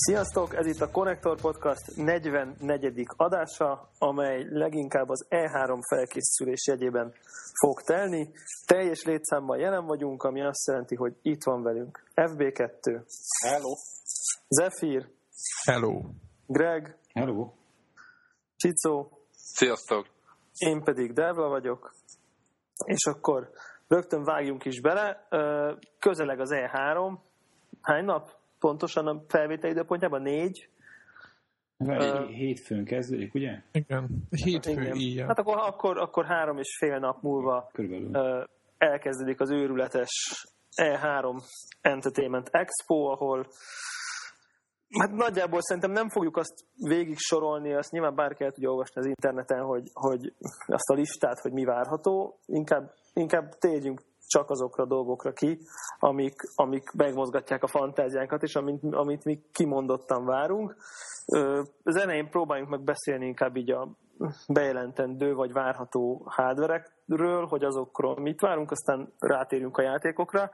Sziasztok! Ez itt a Konnektor Podcast 44. adása, amely leginkább az E3 felkészülés jegyében fog telni. Teljes létszámmal jelen vagyunk, ami azt jelenti, hogy itt van velünk FB2. Hello. Zephyr. Hello. Greg. Hello. Csicó. Sziasztok. Én pedig Devla vagyok. És akkor rögtön vágjunk is bele. Közeleg az E3. Hány nap? Pontosan a felvétel időpontjában 4. Hétfőn kezdődik, ugye? Igen, hétfő éjjel. Hát akkor 3,5 nap múlva elkezdődik az őrületes E3 Entertainment Expo, ahol hát nagyjából szerintem nem fogjuk azt végig sorolni, azt nyilván bárki el tudja olvasni az interneten, hogy azt a listát, hogy mi várható, inkább térjünk csak azokra a dolgokra ki, amik megmozgatják a fantáziánkat, és amit mi kimondottan várunk. Az elején próbáljunk meg beszélni inkább így a bejelentendő vagy várható hardverekről, hogy azokról mit várunk, aztán rátérünk a játékokra.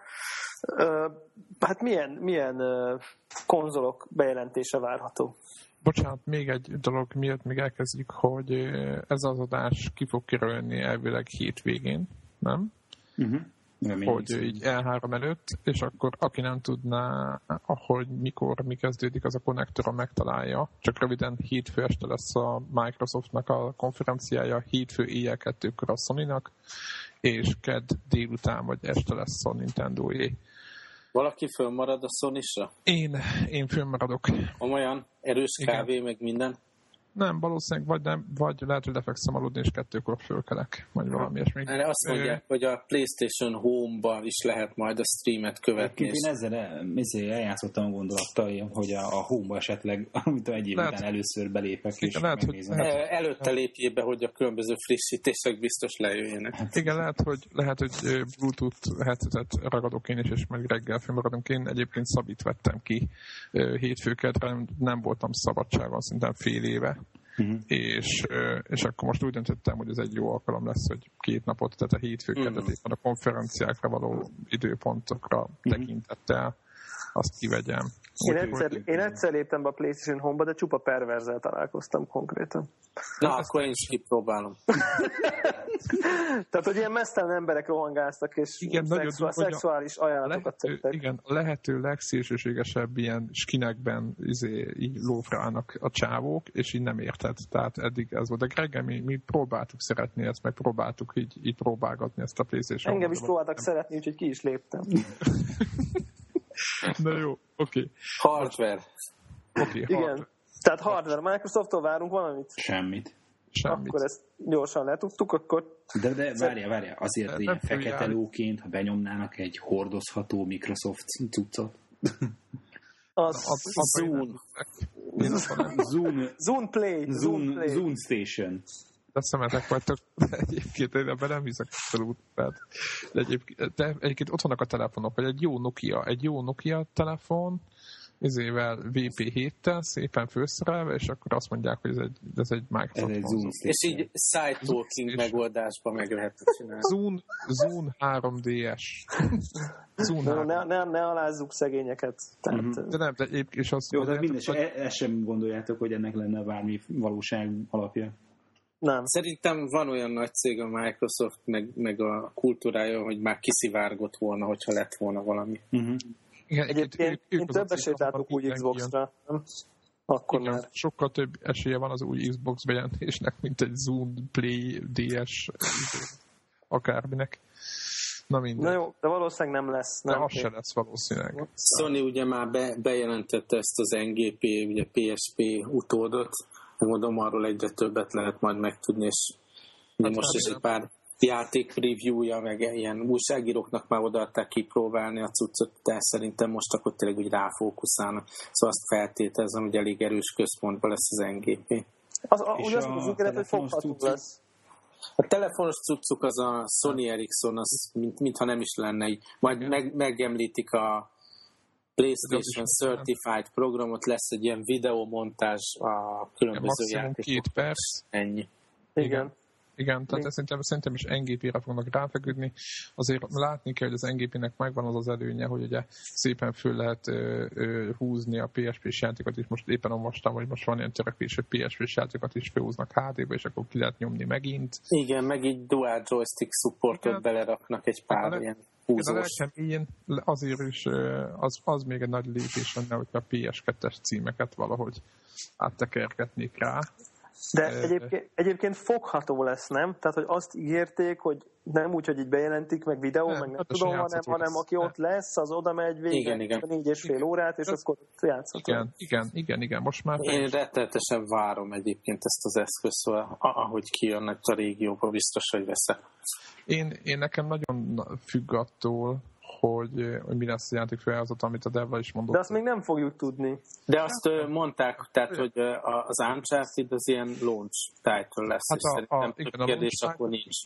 Hát milyen konzolok bejelentése várható? Bocsánat, még egy dolog miatt még elkezdjük, hogy ez az adás ki fog kerülni elvileg hétvégén, nem? Uh-huh. Hogy így E3 előtt, és akkor aki nem tudná, hogy mikor mi kezdődik, az a konnektoron megtalálja. Csak röviden hétfő este lesz a Microsoftnak a konferenciája, hétfő éjjel 2-kor a Sony-nak, és kedd délután vagy este lesz a Nintendo-é. Valaki fönnmarad a Sony-sra? Én fönnmaradok. Olyan erős kávé, meg minden? Nem, valószínűleg vagy lehet, hogy lefekszem aludni, és 2-kor fölkelek, vagy valami ilyesmi. Azt mondják, hogy a PlayStation Home-ban is lehet majd a streamet követni. Én ezzel eljátszottam a gondolattal, hogy a Home-ba esetleg, amit egy év után először belépek, és megnézem. Előtte lépjél be, hogy a különböző frissítések biztos lejöjjenek. Hát igen, lehet, hogy Bluetooth headsetet ragadok én is, és meg reggel fennmaradunk. Én egyébként Szabit vettem ki hétfőkedre, nem voltam szabadságon, szintén fél éve. Uh-huh. És akkor most úgy döntöttem, hogy ez egy jó alkalom lesz, hogy 2 napot, tehát a hétfőkedet a konferenciákra való időpontokra tekintettel azt kivegyem. Én egyszer léptem be a PlayStation Home-ba, de csupa perverzel találkoztam konkrétan. Na, akkor én is kipróbálom. Tehát, hogy ilyen mesztelen emberek rohangáztak, és igen, szexuális ajánlatokat tettek. Igen, a lehető legszélsőségesebb ilyen skinekben így lófrálnak a csávók, és így nem érted. Tehát eddig ez volt. De reggel mi próbáltuk szeretni ezt, meg próbáltuk így próbálgatni ezt a PlayStation. Engem is próbáltak szeretni, úgyhogy ki is léptem. Na jó, oké. Hardware. Igen. Tehát hardware. Microsofttól várunk valamit? Semmit. Akkor ezt gyorsan letudtuk, akkor... De várjál, azért ilyen fekete lóként, ha benyomnának egy hordozható Microsoft cuccot. Zone Play. Zone Station. De szemetek vagytok, de egyébként én ebben nem hiszek abszolút. De egyébként ott vannak a telefonok, vagy egy jó Nokia telefon, ezével VP7-tel szépen főszerelve, és akkor azt mondják, hogy ez egy Microsoft konzol. És így side-talking megoldásban meg lehet csinálni. Zune 3DS. Ne alázzuk szegényeket. Tehát, de nem, de és azt jó, de ezt sem gondoljátok, hogy ennek lenne bármi valóság alapja. Nem. Szerintem van olyan nagy cég a Microsoft, meg a kultúrája, hogy már kiszivárgott volna, hogyha lett volna valami. Uh-huh. Igen, én több esélyt látok új Xbox-ra. Akkor igen, már. Sokkal több esélye van az új Xbox bejelentésnek, mint egy Zune Play DS akárminek. Na mindegy. Na jó, de valószínűleg nem lesz. De az se lesz valószínűleg. Sony ugye már bejelentette ezt az NGP, ugye PSP utódot. Mondom, arról egyre többet lehet majd megtudni, és most is egy pár játék preview-ja, meg ilyen újságíróknak már odaadták kipróbálni a cuccot, de szerintem most akkor tényleg úgy ráfókuszálnak. Szóval azt feltételezem, hogy elég erős központban lesz az NGP. Ugye az ígéret, hogy fogható lesz. A telefonos cuccuk az a Sony Ericsson, az mintha nem is lenne így. Majd megemlítik a PlayStation Certified programot, lesz egy ilyen videomontázs a különböző játékok. 2 perc. Ennyi. Igen. Igen, tehát szerintem is NGP-re fognak ráfeküdni. Azért látni kell, hogy az NGP-nek megvan az az előnye, hogy ugye szépen föl lehet húzni a PSP-s játékot is. Most éppen olvastam, hogy most van ilyen törekvés, hogy PSP-s játékokat is felhúznak HD-be, és akkor ki lehet nyomni megint. Igen, meg így dual joystick supportot beleraknak egy pár ilyen húzós. Igen, azért is az még egy nagy lépés lenne, hogyha a PS2-es címeket valahogy áttekergetnék rá. De egyébként fogható lesz, nem? Tehát, hogy azt ígérték, hogy nem úgy, hogy így bejelentik, meg videó, meg nem tudom, hanem aki ott lesz, az oda megy végre 4,5 órát, és akkor játszható. Igen, most már... Én rettenetesen várom egyébként ezt az eszközt, szóval ahogy kijönnek a régióba, biztos, hogy veszek. Én nekem nagyon függ attól, hogy mi lesz a játék felhozat, amit a Devla is mondott. De azt még nem fogjuk tudni. De azt mondták, tehát, hogy az Uncharted az ilyen launch title lesz, és szerintem több kérdés akkor nincs.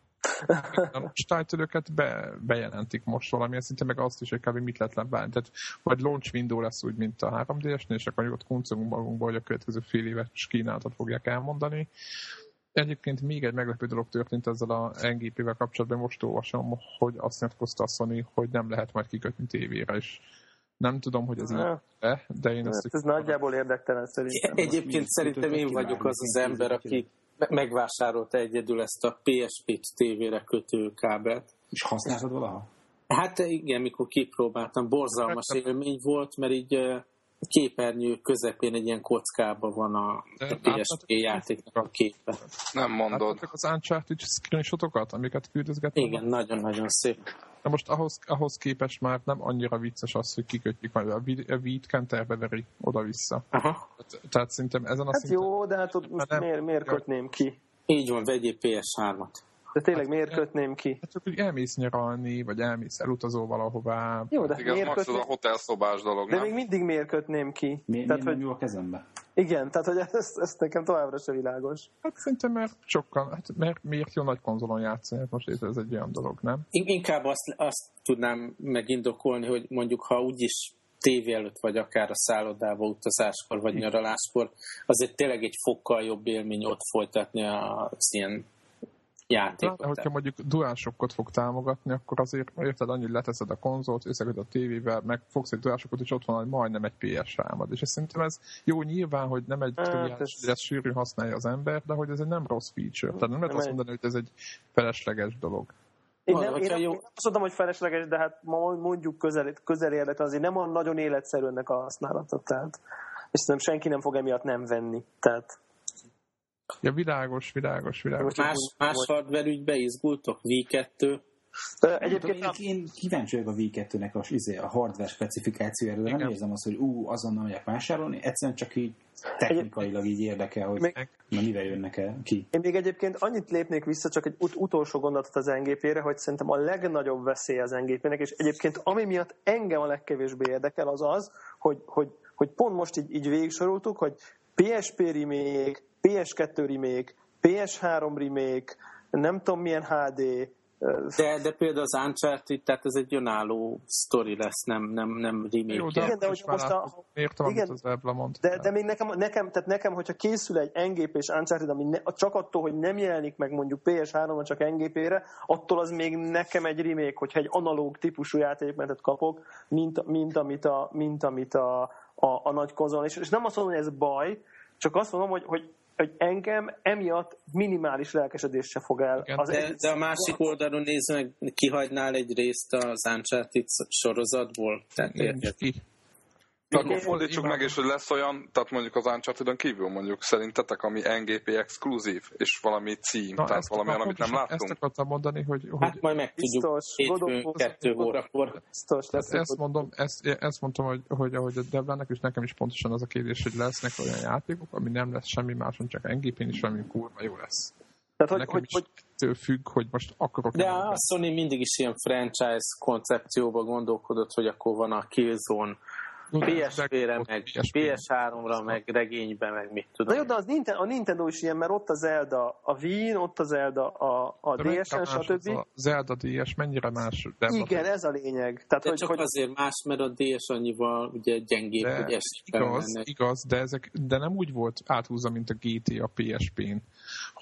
A launch title-öket bejelentik most valamilyen szinte, meg azt is, hogy kb. Mit lehet lebálni. Tehát vagy launch window lesz úgy, mint a 3D-esnél, és akkor ott kuncogunk magunkba, hogy a következő fél éves kínálatot fogják elmondani. Egyébként még egy meglepő dolog történt ezzel a NGP-vel kapcsolatban, most olvasom, hogy azt nyilatkozta a Sony, hogy nem lehet majd kikötni tévére is. Nem tudom, hogy ez így de én ezt... Ez nagyjából érdektelen szerintem. Egyébként szerintem én vagyok az ember, aki megvásárolta egyedül ezt a PSP-t tévére kötő kábelt. És használtad valaha? Hát igen, mikor kipróbáltam, borzalmas élmény volt, mert így képernyő közepén egy ilyen kockában van a PSP játéknak a képe. Nem mondod. Láttátok az Uncharted screenshotokat, amiket küldözgettem? Igen, nagyon-nagyon szép. De most ahhoz képest már nem annyira vicces az, hogy kikötjük majd a Wii-t kenterbe veri oda-vissza. Aha. Tehát szerintem ezen a hát szinten... jó, de hát ott most miért kötném ki? Így van, vegyél PS3-at. De tényleg miért kötném ki? Hát csak, hogy elmész nyaralni, vagy elutazol valahová. Jó, de igen, max az a hotelszobás dolog, de nem? Még mindig miért kötném ki? Miért nem jó a kezembe? Igen, tehát hogy ez nekem továbbra se világos. Hát szerintem mert sokkal, miért jó nagy konzolon játszani, hát most ez egy olyan dolog, nem? Inkább azt tudnám megindokolni, hogy mondjuk ha úgyis tévé előtt, vagy akár a szállodába utazáskor, vagy nyaraláskor, azért tényleg egy fokkal jobb élmény ott folytatni az ilyen játékot. De hogyha mondjuk DualShockot fog támogatni, akkor azért érted annyi, hogy leteszed a konzolt, összeköt a tévével, meg fogsz egy DualShockot, és ott van, hogy majdnem egy PS3-ad. És szerintem ez jó nyilván, hogy nem egy triviális, hogy ezt sűrű használja az ember, de hogy ez egy nem rossz feature. Tehát nem lehet azt mondani, hogy ez egy felesleges dolog. Én nem azt mondom, hogy felesleges, de hát mondjuk közel érletlen, azért nem olyan nagyon életszerű ennek a használata. Tehát, és szerintem senki nem fog emiatt nem venni. Tehát... Ja, világos. Más hardware ügybe izgultok? V2? Egyébként én kíváncsi vagyok a V2-nek a hardware specifikációjára, de nem érzem azt, hogy azonnal megyek vásárolni, egyszerűen csak így technikailag így érdekel, hogy mivel jönnek el ki. Én még egyébként annyit lépnék vissza, csak egy utolsó gondolatot az NGP-re, hogy szerintem a legnagyobb veszély az NGP-nek, és egyébként ami miatt engem a legkevésbé érdekel, az, hogy pont most így végigsoroltuk, hogy PSP remake, PS2 remake, PS3 remake, nem tudom milyen HD. De például az Uncharted, tehát ez egy önálló sztori lesz, nem remake. Jó, de igen, de hogy most értem, amit az Ebla mondta. De még nekem, hogyha készül egy NGP és Uncharted, ami csak attól, hogy nem jelenik meg mondjuk PS3-on, csak NGP-re, attól az még nekem egy remake, hogyha egy analóg típusú játékmenetet kapok, mint amit a nagy konzolon. És nem azt mondom, hogy ez baj, csak azt mondom, hogy engem emiatt minimális lelkesedés se fog el. De a másik oldalon nézve meg, kihagynál egy részt az Uncharted sorozatból? Akkor fordítsuk meg, és hogy lesz olyan, tehát mondjuk az Uncharted-on kívül mondjuk szerintetek, ami NGP exkluzív, és valami cím, tehát valami olyan, amit nem láttunk. Ezt akartam mondani, hogy... Hát majd megtudjuk hétfőn 2 órakor. Ezt mondtam, hogy ahogy a Devlának és nekem is pontosan az a kérdés, hogy lesznek olyan játékok, ami nem lesz semmi máson, csak NGP-n is valami kurva jó lesz. Tehát, hogy függ, hogy most akarok... De a Sony mindig is ilyen franchise koncepcióba gondolkodott, hogy akkor van a Killzone, PSP-re, meg PS3-ra, meg regénybe, meg mit tudom. Na jó, de a Nintendo is ilyen, mert ott a Zelda a Wii-n, ott a Zelda a DS-en, stb. A Zelda DS mennyire más? Igen, ez a lényeg. Tehát, de csak azért más, mert a DS annyival ugye gyengébb, hogy ezt igaz, de nem úgy volt áthúzva, mint a GT a PSP-n,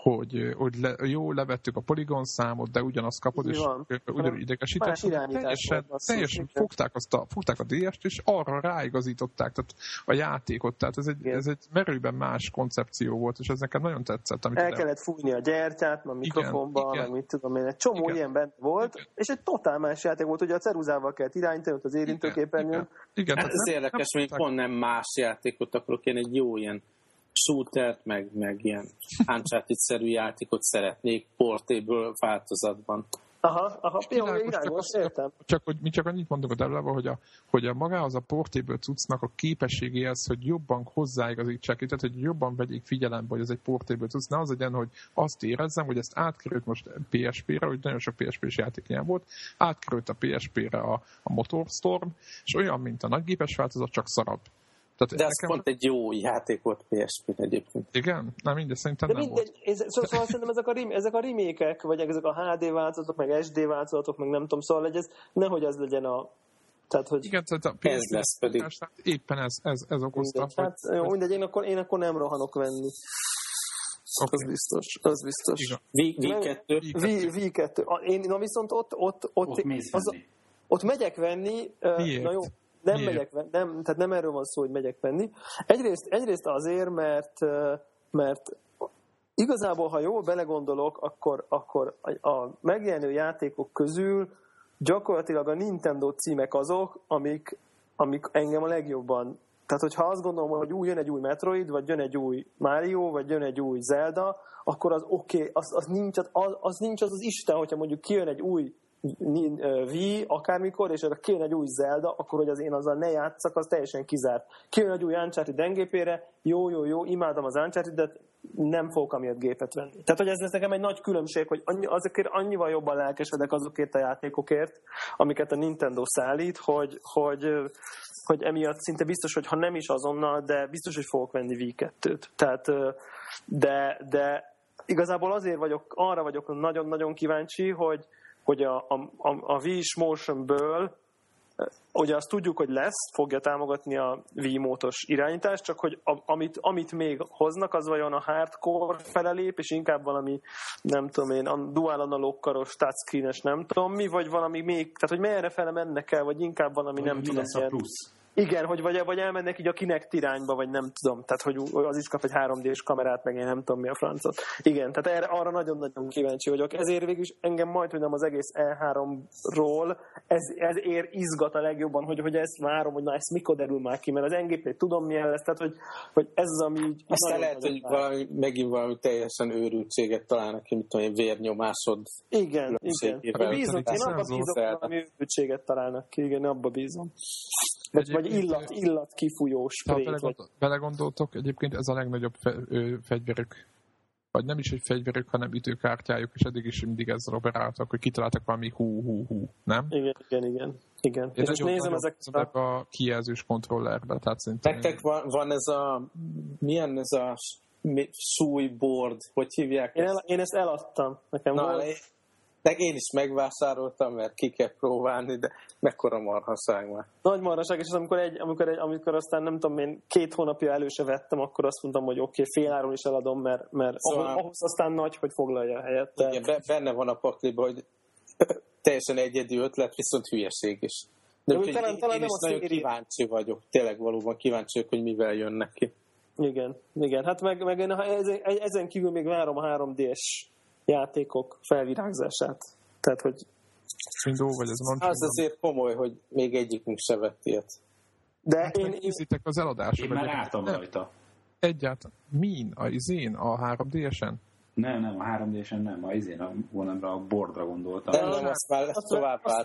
jó, levettük a poligon számot, de ugyanazt kapod, és ugyanúgy idegesítettek. Teljesen fogták a DS-t, és arra ráigazították tehát a játékot. Tehát ez egy merőben más koncepció volt, és ez nekem nagyon tetszett. Amit kellett fújni a gyertyát, a mikrofonba, meg mit tudom én, egy csomó ilyen bent volt, és egy totál más játék volt, ugye a ceruzával kellett irányítani, ott az érintőképernyőn. Igen, ez érdekes, még pont nem más játékot akarok, én egy jó ilyen shootert, meg ilyen Uncharted-szerű játékot szeretnék portable változatban. Aha, értem. Mi csak annyit mondok a developer, hogy a magához a portable cuccnak a képességéhez, hogy jobban hozzáigazítsák, tehát hogy jobban vegyék figyelembe, hogy ez egy portable cucc, ne az legyen, hogy azt érezzem, hogy ezt átkerült most PSP-re, hogy nagyon sok PSP-s játéknyelv volt, átkerült a PSP-re a Motorstorm, és olyan, mint a nagygépes változat, csak szarabb. Tehát de ez pont egy jó játék volt PSP-n egyébként. Igen? Nem, mindegy, szerintem nem volt. Szóval szerintem ezek a remake-ek, vagy ezek a HD változatok, meg SD változatok, meg nem tudom, szóval hogy ez, nehogy ez legyen a... Tehát, hogy... Igen, tehát a ez lesz pedig. Éppen ez okozta. Hát jó, mindegy, én akkor nem rohanok venni. Okay. Az biztos. V2. Na viszont ott megyek venni. Miért? Na jó. Nem megyek venni, tehát nem erről van szó, hogy megyek venni. Egyrészt azért, mert igazából, ha jól belegondolok, akkor a megjelenő játékok közül gyakorlatilag a Nintendo címek azok, amik engem a legjobban... Tehát, hogyha azt gondolom, hogy jön egy új Metroid, vagy jön egy új Mario, vagy jön egy új Zelda, akkor az oké, az nincs az Isten, hogyha mondjuk kijön egy új Wii akármikor, és erre kijön egy új Zelda, akkor hogy én azzal ne játszak, az teljesen kizárt. Kijön egy új Uncharted NGP-re, jó, imádom az Uncharted-et, nem fogok amiatt gépet venni. Tehát, hogy ez lesz nekem egy nagy különbség, hogy azokért annyival jobban lelkesedek azokért a játékokért, amiket a Nintendo szállít, hogy emiatt szinte biztos, hogy ha nem is azonnal, de biztos, hogy fogok venni Wii-2-t. Tehát, de igazából arra vagyok nagyon-nagyon kíváncsi, hogy a Wii-s Motion-ből, ugye azt tudjuk, hogy fogja támogatni a Wii-mótos irányítást, csak hogy amit még hoznak, az vajon a hardcore felelép, és inkább valami, nem tudom én, a dual analóg karos touchscreen-es nem tudom mi, vagy valami még, tehát hogy merre fele mennek el, vagy inkább valami nem tudom. Mi lesz a plusz? Igen, vagy elmennek így a Kinect irányba, vagy nem tudom. Tehát, hogy az is kap egy 3D-s kamerát, meg én nem tudom mi a francot. Igen, tehát arra nagyon-nagyon kíváncsi vagyok. Ezért végül is engem majdhogy nem az egész E3-ról ez izgat a legjobban, hogy ezt várom, hogy na ezt mikor derül már ki, mert az NGP tudom milyen lesz, tehát hogy ez az, ami így... Aztán lehet, hogy megint valami teljesen őrültséget találnak ki, mit tudom én, vérnyomásod. Igen. Én abba bízom, valami őrültséget találnak ki, igen, abba bízom. Vagy illat kifújós sprayt. Belegondoltok, egyébként ez a legnagyobb fegyverük, vagy nem is egy fegyverük, hanem ütőkártyájuk, és eddig is mindig ezzel operáltak, hogy kitaláltak valami hú, nem? Igen. És most nézem ezeket a kijelzős kontrollerbe, tehát szerintem... Nektek van ez a... Milyen ez a súlyboard? Hogy hívják? Én ezt eladtam. Nekem volt... Én is megvásároltam, mert ki kell próbálni, de mekkora marhaság már. Nagy marhaság, és amikor aztán nem tudom én 2 hónapja elő se vettem, akkor azt mondtam, hogy oké, féláron is eladom, mert szóval ahhoz aztán nagy, hogy foglalja a helyet. Igen, benne van a pakliba, hogy teljesen egyedi ötlet, viszont hülyeség is. De én is nagyon kíváncsi vagyok. Tényleg valóban kíváncsi vagyok, hogy mivel jönnek ki. Igen. Hát meg én ezen kívül még várom a 3D-s játékok felvirágzását. Tehát, hogy... Windows, vagy ez van? Az azért komoly, hogy még egyikünk se vett ilyet. De hát én készítek az eladásra. Én már álltam rajta. Egyáltalán. Min? A 3D-esen? Nem, a 3D-esen nem. A boardra gondoltam. Nem, azt már tovább állt.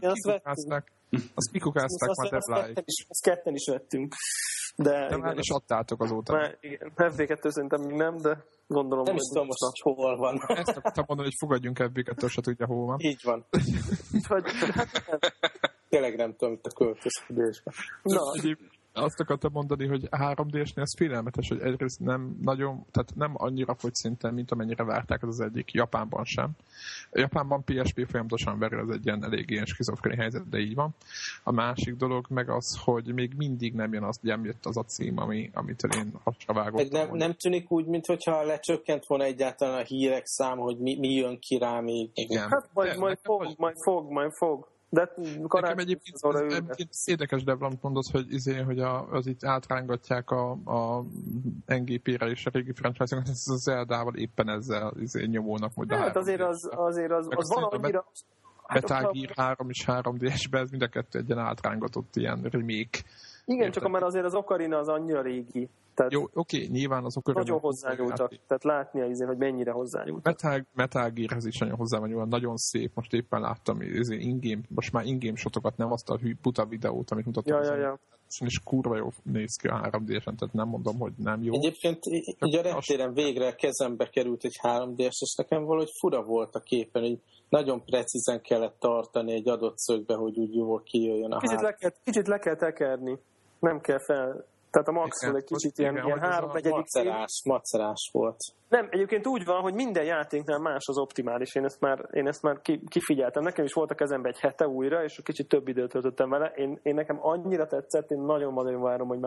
Azt kikukázták már depláig. Azt ketten is vettünk. De már is adtátok azóta. Igen, FB2 szerintem még nem, de gondolom, nem is tudom most, hol van. Ezt akartam mondani, hogy fogadjunk FB2-től, se tudja, hol van. Így van. Tényleg nem tudom, itt a költözködésben. Azt akartam mondani, hogy 3D-esnél ez félelmetes, hogy egyrészt nem nagyon, tehát nem annyira fogy szinten, mint amennyire várták az egyik, Japánban sem. Japánban PSP folyamatosan veri, az egy ilyen elég ilyen skizofrén helyzet, de így van. A másik dolog meg az, hogy még mindig nem jött az a cím, amitől én hasra vágottam. Nem tűnik úgy, mintha lecsökkent volna egyáltalán a hírek száma, hogy mi jön ki rá még. Igen. Hát majd fog. De nekem egyébként érdekes, Debla, amit mondod, hogy az itt átrángatják a NGP-re és a régi franchise-okat, ez az Zeldával éppen ezzel nyomulnak majd. Hát azért az valamire... Metal Gear 3 és 3DS-ben ez mind a kettő egy átrángatott ilyen remake. Igen, csak mert azért az Ocarina az annyira régi. Tehát jó, oké, nyilván az Ocarina... Nagyon hozzányúltak, tehát látnia azért, hogy mennyire hozzányúltak. Metal Gearhez is nagyon hozzányúltak, nagyon szép, most éppen láttam, most már in-game shotokat, nem azt a buta videót, amit mutattam. Ja. És kurva jó néz ki a 3D-esen, tehát nem mondom, hogy nem jó. Egyébként így a reptéren végre kezembe került egy 3D-es, és nekem valahogy fura volt a képen, hogy nagyon precízen kellett tartani egy adott szögbe, hogy úgy jól kijöjjön a Kicsit le kell tekerni, nem kell fel. Tehát a maxról egy kicsit ilyen 3/4 macerás volt. Nem, egyébként úgy van, hogy minden játéknál más az optimális. Én ezt már kifigyeltem. Nekem is volt a kezembe egy hete újra, és kicsit több időt töltöttem vele. Én nekem annyira tetszett, én nagyon várom, hogy már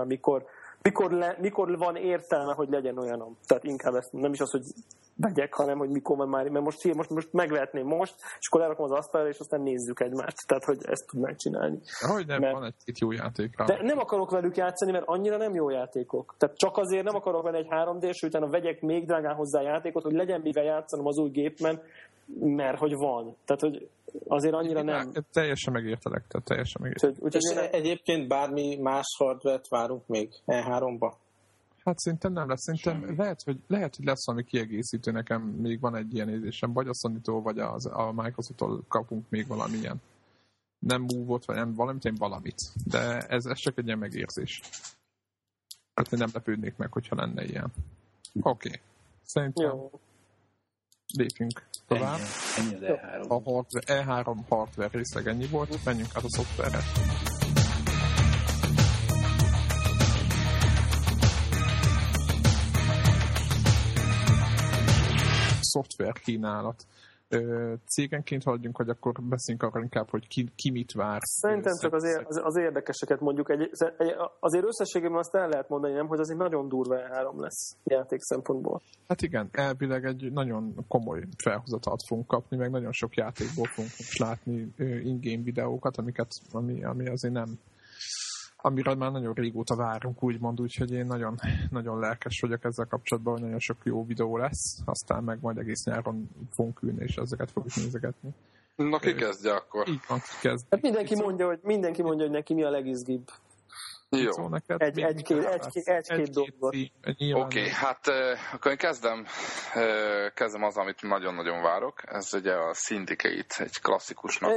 mikor van értelme, hogy legyen olyanom. Tehát inkább ezt nem is az, hogy vegyek, hanem hogy mikor van már, mert most megvehetném most, és akkor elrakom az asztalra, és aztán nézzük egymást. Tehát, hogy ezt tudnánk csinálni. Hogy nem, van egy-két jó játék rá. De nem akarok velük játszani, mert annyira nem jó játékok. Tehát csak azért nem akarok venni egy 3D-s, utána vegyek még drágán hozzá játékot, hogy legyen mivel játszanom az új gépen, mert hogy van. Tehát, hogy azért annyira nem... Teljesen megértelek. És egyébként bármi más hardware-t várunk még E3-ba? Hát szerintem nem lesz. Szerintem lehet, hogy lesz valami kiegészítő. Nekem még van egy ilyen érzésem, vagy a Sony-tól, vagy a Microsoft-tól kapunk még valamilyen. Nem move-ot, vagy nem valamit. De ez csak egy ilyen megérzés. Hát én nem lepődnék meg, hogyha lenne ilyen. Oké. Szerintem lépjünk tovább. Ennyi az E3. E3 hardware részleg ennyi volt. Menjünk át a szoftverre. Szoftver kínálat. Cégenként haladjunk, hogy akkor beszéljünk arra inkább, hogy ki mit vár. Szerintem csak az érdekeseket mondjuk. Azért összességében azt el lehet mondani, nem, hogy az egy nagyon durva E3 lesz játék szempontból. Hát igen, elvileg egy nagyon komoly felhozatalt fogunk kapni, meg nagyon sok játékból fogunk látni in-game videókat, ami azért nem... Amiről már nagyon régóta várunk, úgymond, úgyhogy én nagyon, nagyon lelkes vagyok ezzel kapcsolatban, hogy nagyon sok jó videó lesz, aztán meg majd egész nyáron fogunk ülni, és ezeket fogjuk nézegetni. Na, ki kezdje akkor? Így van, ki kezd. Hát mindenki mondja, hogy neki mi a legizgibb. Jó. Egy-két dolgot. Oké, hát akkor én kezdem az, amit nagyon-nagyon várok. Ez ugye a Syndicate, egy klasszikusnak.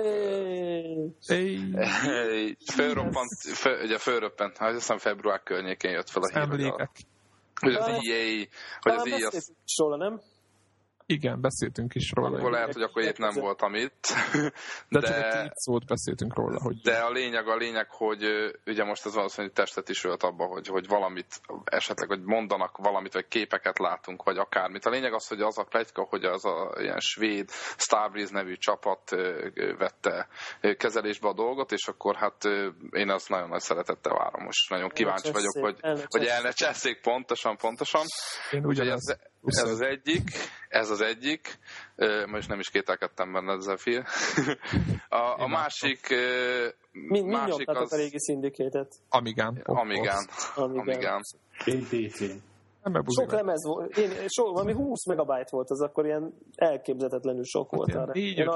Fölröppent, azt hiszem február környékén jött fel a hír, hogy az EA... Hogy az EA róla, nem? Igen, beszéltünk is róla. Akkor lehet, hogy akkor épp nem voltam itt. De csak egy 2 szót beszéltünk róla. Hogy... De a lényeg, hogy ugye most ez valószínűleg testet is ölt abba, hogy valamit esetleg, hogy mondanak valamit, vagy képeket látunk, vagy akármit. A lényeg az, hogy az a pletyka, hogy az a ilyen svéd Starbreeze nevű csapat vette kezelésbe a dolgot, és akkor hát én azt nagyon nagy szeretettel várom. Most nagyon kíváncsi vagyok, hogy el ne csesszék pontosan. Úgyhogy ez az egyik, most nem is kételkedtem benne ezzel fél. A másik... Mi nyomtátok a régi Syndicate-et? Amigán. Sok lemez volt, valami 20 megabyte volt, az akkor ilyen elképzelhetetlenül sok volt arra.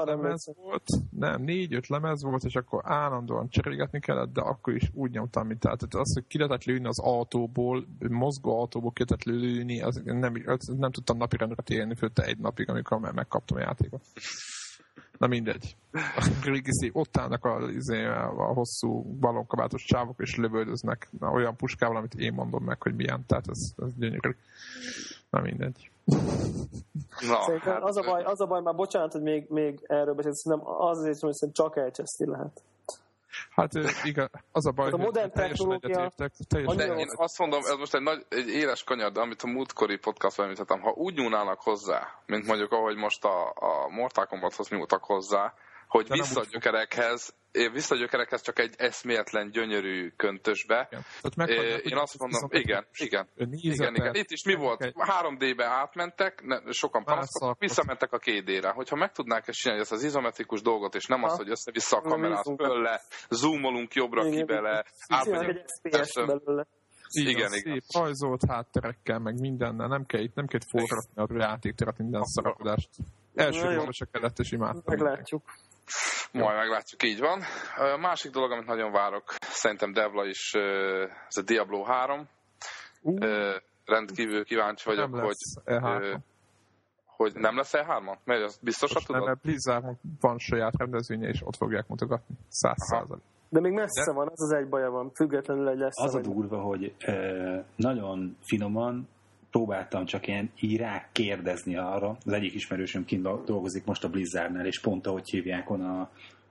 4-5 lemez volt, és akkor állandóan cserélgetni kellett, de akkor is úgy nyomtam, mint tehát az, hogy ki lehetett lőni az autóból, mozgó autóból ki lehetett lőni, az nem tudtam napirendre térni, főtte egy napig, amikor megkaptam a játékot. Na mindegy. A régi szép, ott állnak a hosszú balonkabátos csávok, és lövöldöznek olyan puskával, amit én mondom meg, hogy milyen. Tehát ez gyönyörű. Na mindegy. Szerintem az a baj, már bocsánat, hogy még erről beszélsz, szerintem azért, hogy csak elcseszni lehet. Hát igen, az a baj, a modern technológia... Én azt mondom, ez most egy éles kanyar, de amit a múltkori podcastban említettem, ha úgy nyúlnának hozzá, mint mondjuk ahogy most a Mortal Kombathoz nyúltak hozzá, hogy visszagyökerekhez csak egy eszméletlen, gyönyörű köntösbe. Én azt mondom, igen. Itt is mi volt? 3D-be átmentek, sokan panaszkodtak, visszamentek a 2D-re. Hogyha meg tudnák ezt csinálni, ezt az izometrikus dolgot, és nem az, hogy össze-vissza a kamerát fölle, zoomolunk jobbra ki bele, átmegyünk. Igen. Szép rajzolt hátterekkel, meg mindennel. Nem kell itt forratni a játékteret, minden szarakodást. Elsősorban se kellett, és imádtam. Meglátjuk. Majd meglátjuk, így van. A másik dolog, amit nagyon várok, szerintem Devla is, ez a Diablo 3. Rendkívül kíváncsi vagyok, hogy nem lesz E3-on? Mert az biztosan tudod? Nem, mert Blizzardnak van saját rendezvénye, és ott fogják mutogatni. 100%. De még messze van, az egy baja van. Függetlenül egy lesz. Az a durva, hogy nagyon finoman próbáltam csak így rá kérdezni arra. Az egyik ismerősöm kint dolgozik most a Blizzardnál, és pont ahogy hívják a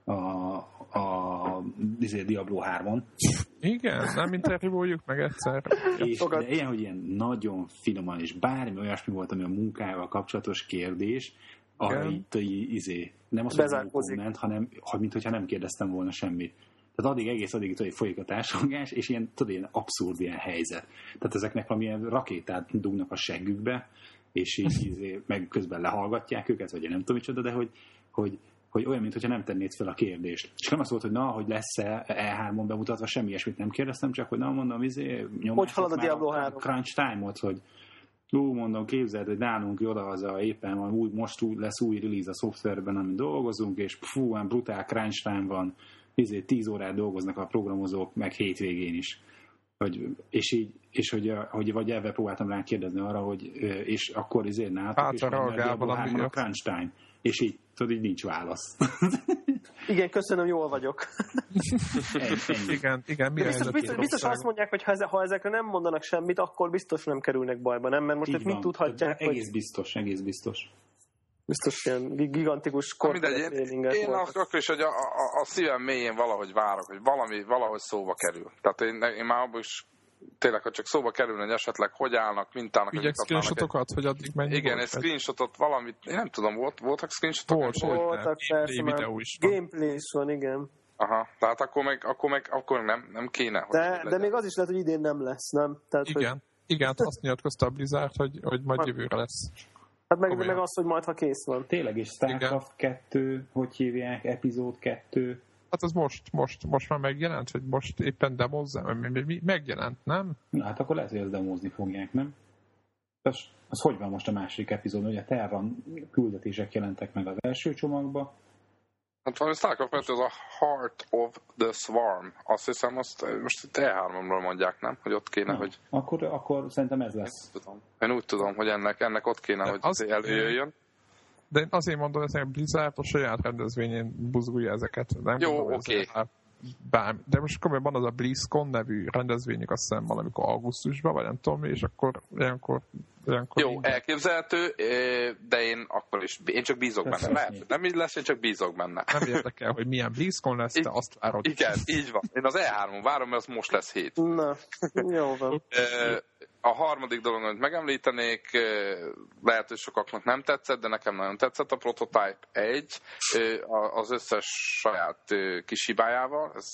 Diablo 3-on. Igen, nem interjúoljuk meg egyszer. És de ilyen, hogy ilyen nagyon finoman, és bármi olyasmi volt, ami a munkával kapcsolatos kérdés, arra itt nem azt mondom, komment, hanem mintha nem kérdeztem volna semmit. Tehát addig folyik a társadalmás, és ilyen abszurd ilyen helyzet. Tehát ezeknek valamilyen rakétát dugnak a seggükbe, és így meg közben lehallgatják őket, vagy én nem tudom micsoda, de hogy olyan, mintha nem tennéd fel a kérdést. És nem az volt, hogy hogy lesz-e E3-on bemutatva, semmi ilyesmit nem kérdeztem, csak hogy mondom, hogy halad a Diablo 3? Crunch time-ot, hogy mondom, képzeld, hogy nálunk oda-haza éppen van, most lesz új release a szoftverben, amin dolgozunk, és olyan brutál crunch time van, 10 órát dolgoznak a programozók, meg hétvégén is. Hogy vagy ebben próbáltam rá kérdezni arra, hogy és akkor nálatok, és a crunch time. És így, így nincs válasz. Igen, köszönöm, jól vagyok. Igen. Biztos azt mondják, hogy ha ezekre nem mondanak semmit, akkor biztos nem kerülnek bajba, nem? Mert most mit tudhatják? Egész biztos. Biztos ilyen gigantikus kortréninget. Én akkor is, hogy a szívem mélyén valahogy várok, hogy valahogy szóba kerül. Tehát én már abban is tényleg, hogy csak szóba kerülne, hogy esetleg hogy állnak, mintának. Ügyek screenshotokat, hogy addig mennyi. Igen, egy screenshotot valamit, én nem tudom, voltak screenshotok? Voltak, persze, videó is van. Gameplay is van, igen. Aha, tehát akkor nem kéne. De még az is lehet, hogy idén nem lesz, nem? Tehát, igen, azt nyilatkozta a Blizzard, hogy majd jövőre lesz. Hát meg az, hogy majd, ha kész van. Tényleg, és Starcraft 2, hogy hívják, epizód 2. Hát az most már megjelent, hogy most éppen demozzám, megjelent, nem? Na, hát akkor lehet, hogy ezt demozni fogják, nem? Az hogy van most a második epizód? Ugye a Terran küldetések jelentek meg az első csomagba. Hát valami Starcraft 2 az a Heart of the Swarm. Azt hiszem, azt most itt E3-ról mondják, nem? Hogy ott kéne, hogy... Akkor szerintem ez lesz. Én úgy tudom, hogy ennek ott kéne, hogy előjöjjön. De én azért mondom, hogy a Blizzard a saját rendezvényén buzgulja ezeket. Nem jó, oké. De most komolyan van az a BlizzCon nevű rendezvényük, azt hiszem valamikor augusztusban, vagy nem tudom, és akkor ilyenkor jó, minden. Elképzelhető, de én csak bízok benne. Lehet, nem így lesz, én csak bízok benne. Nem érdekel, hogy milyen BlizzCon lesz, te azt várod. Igen, így van. Én az E3-on várom, mert az most lesz 7. Na, jó van. A harmadik dolog, amit megemlítenék, lehet, hogy sokaknak nem tetszett, de nekem nagyon tetszett a Prototype 1, az összes saját kis hibájával. Ez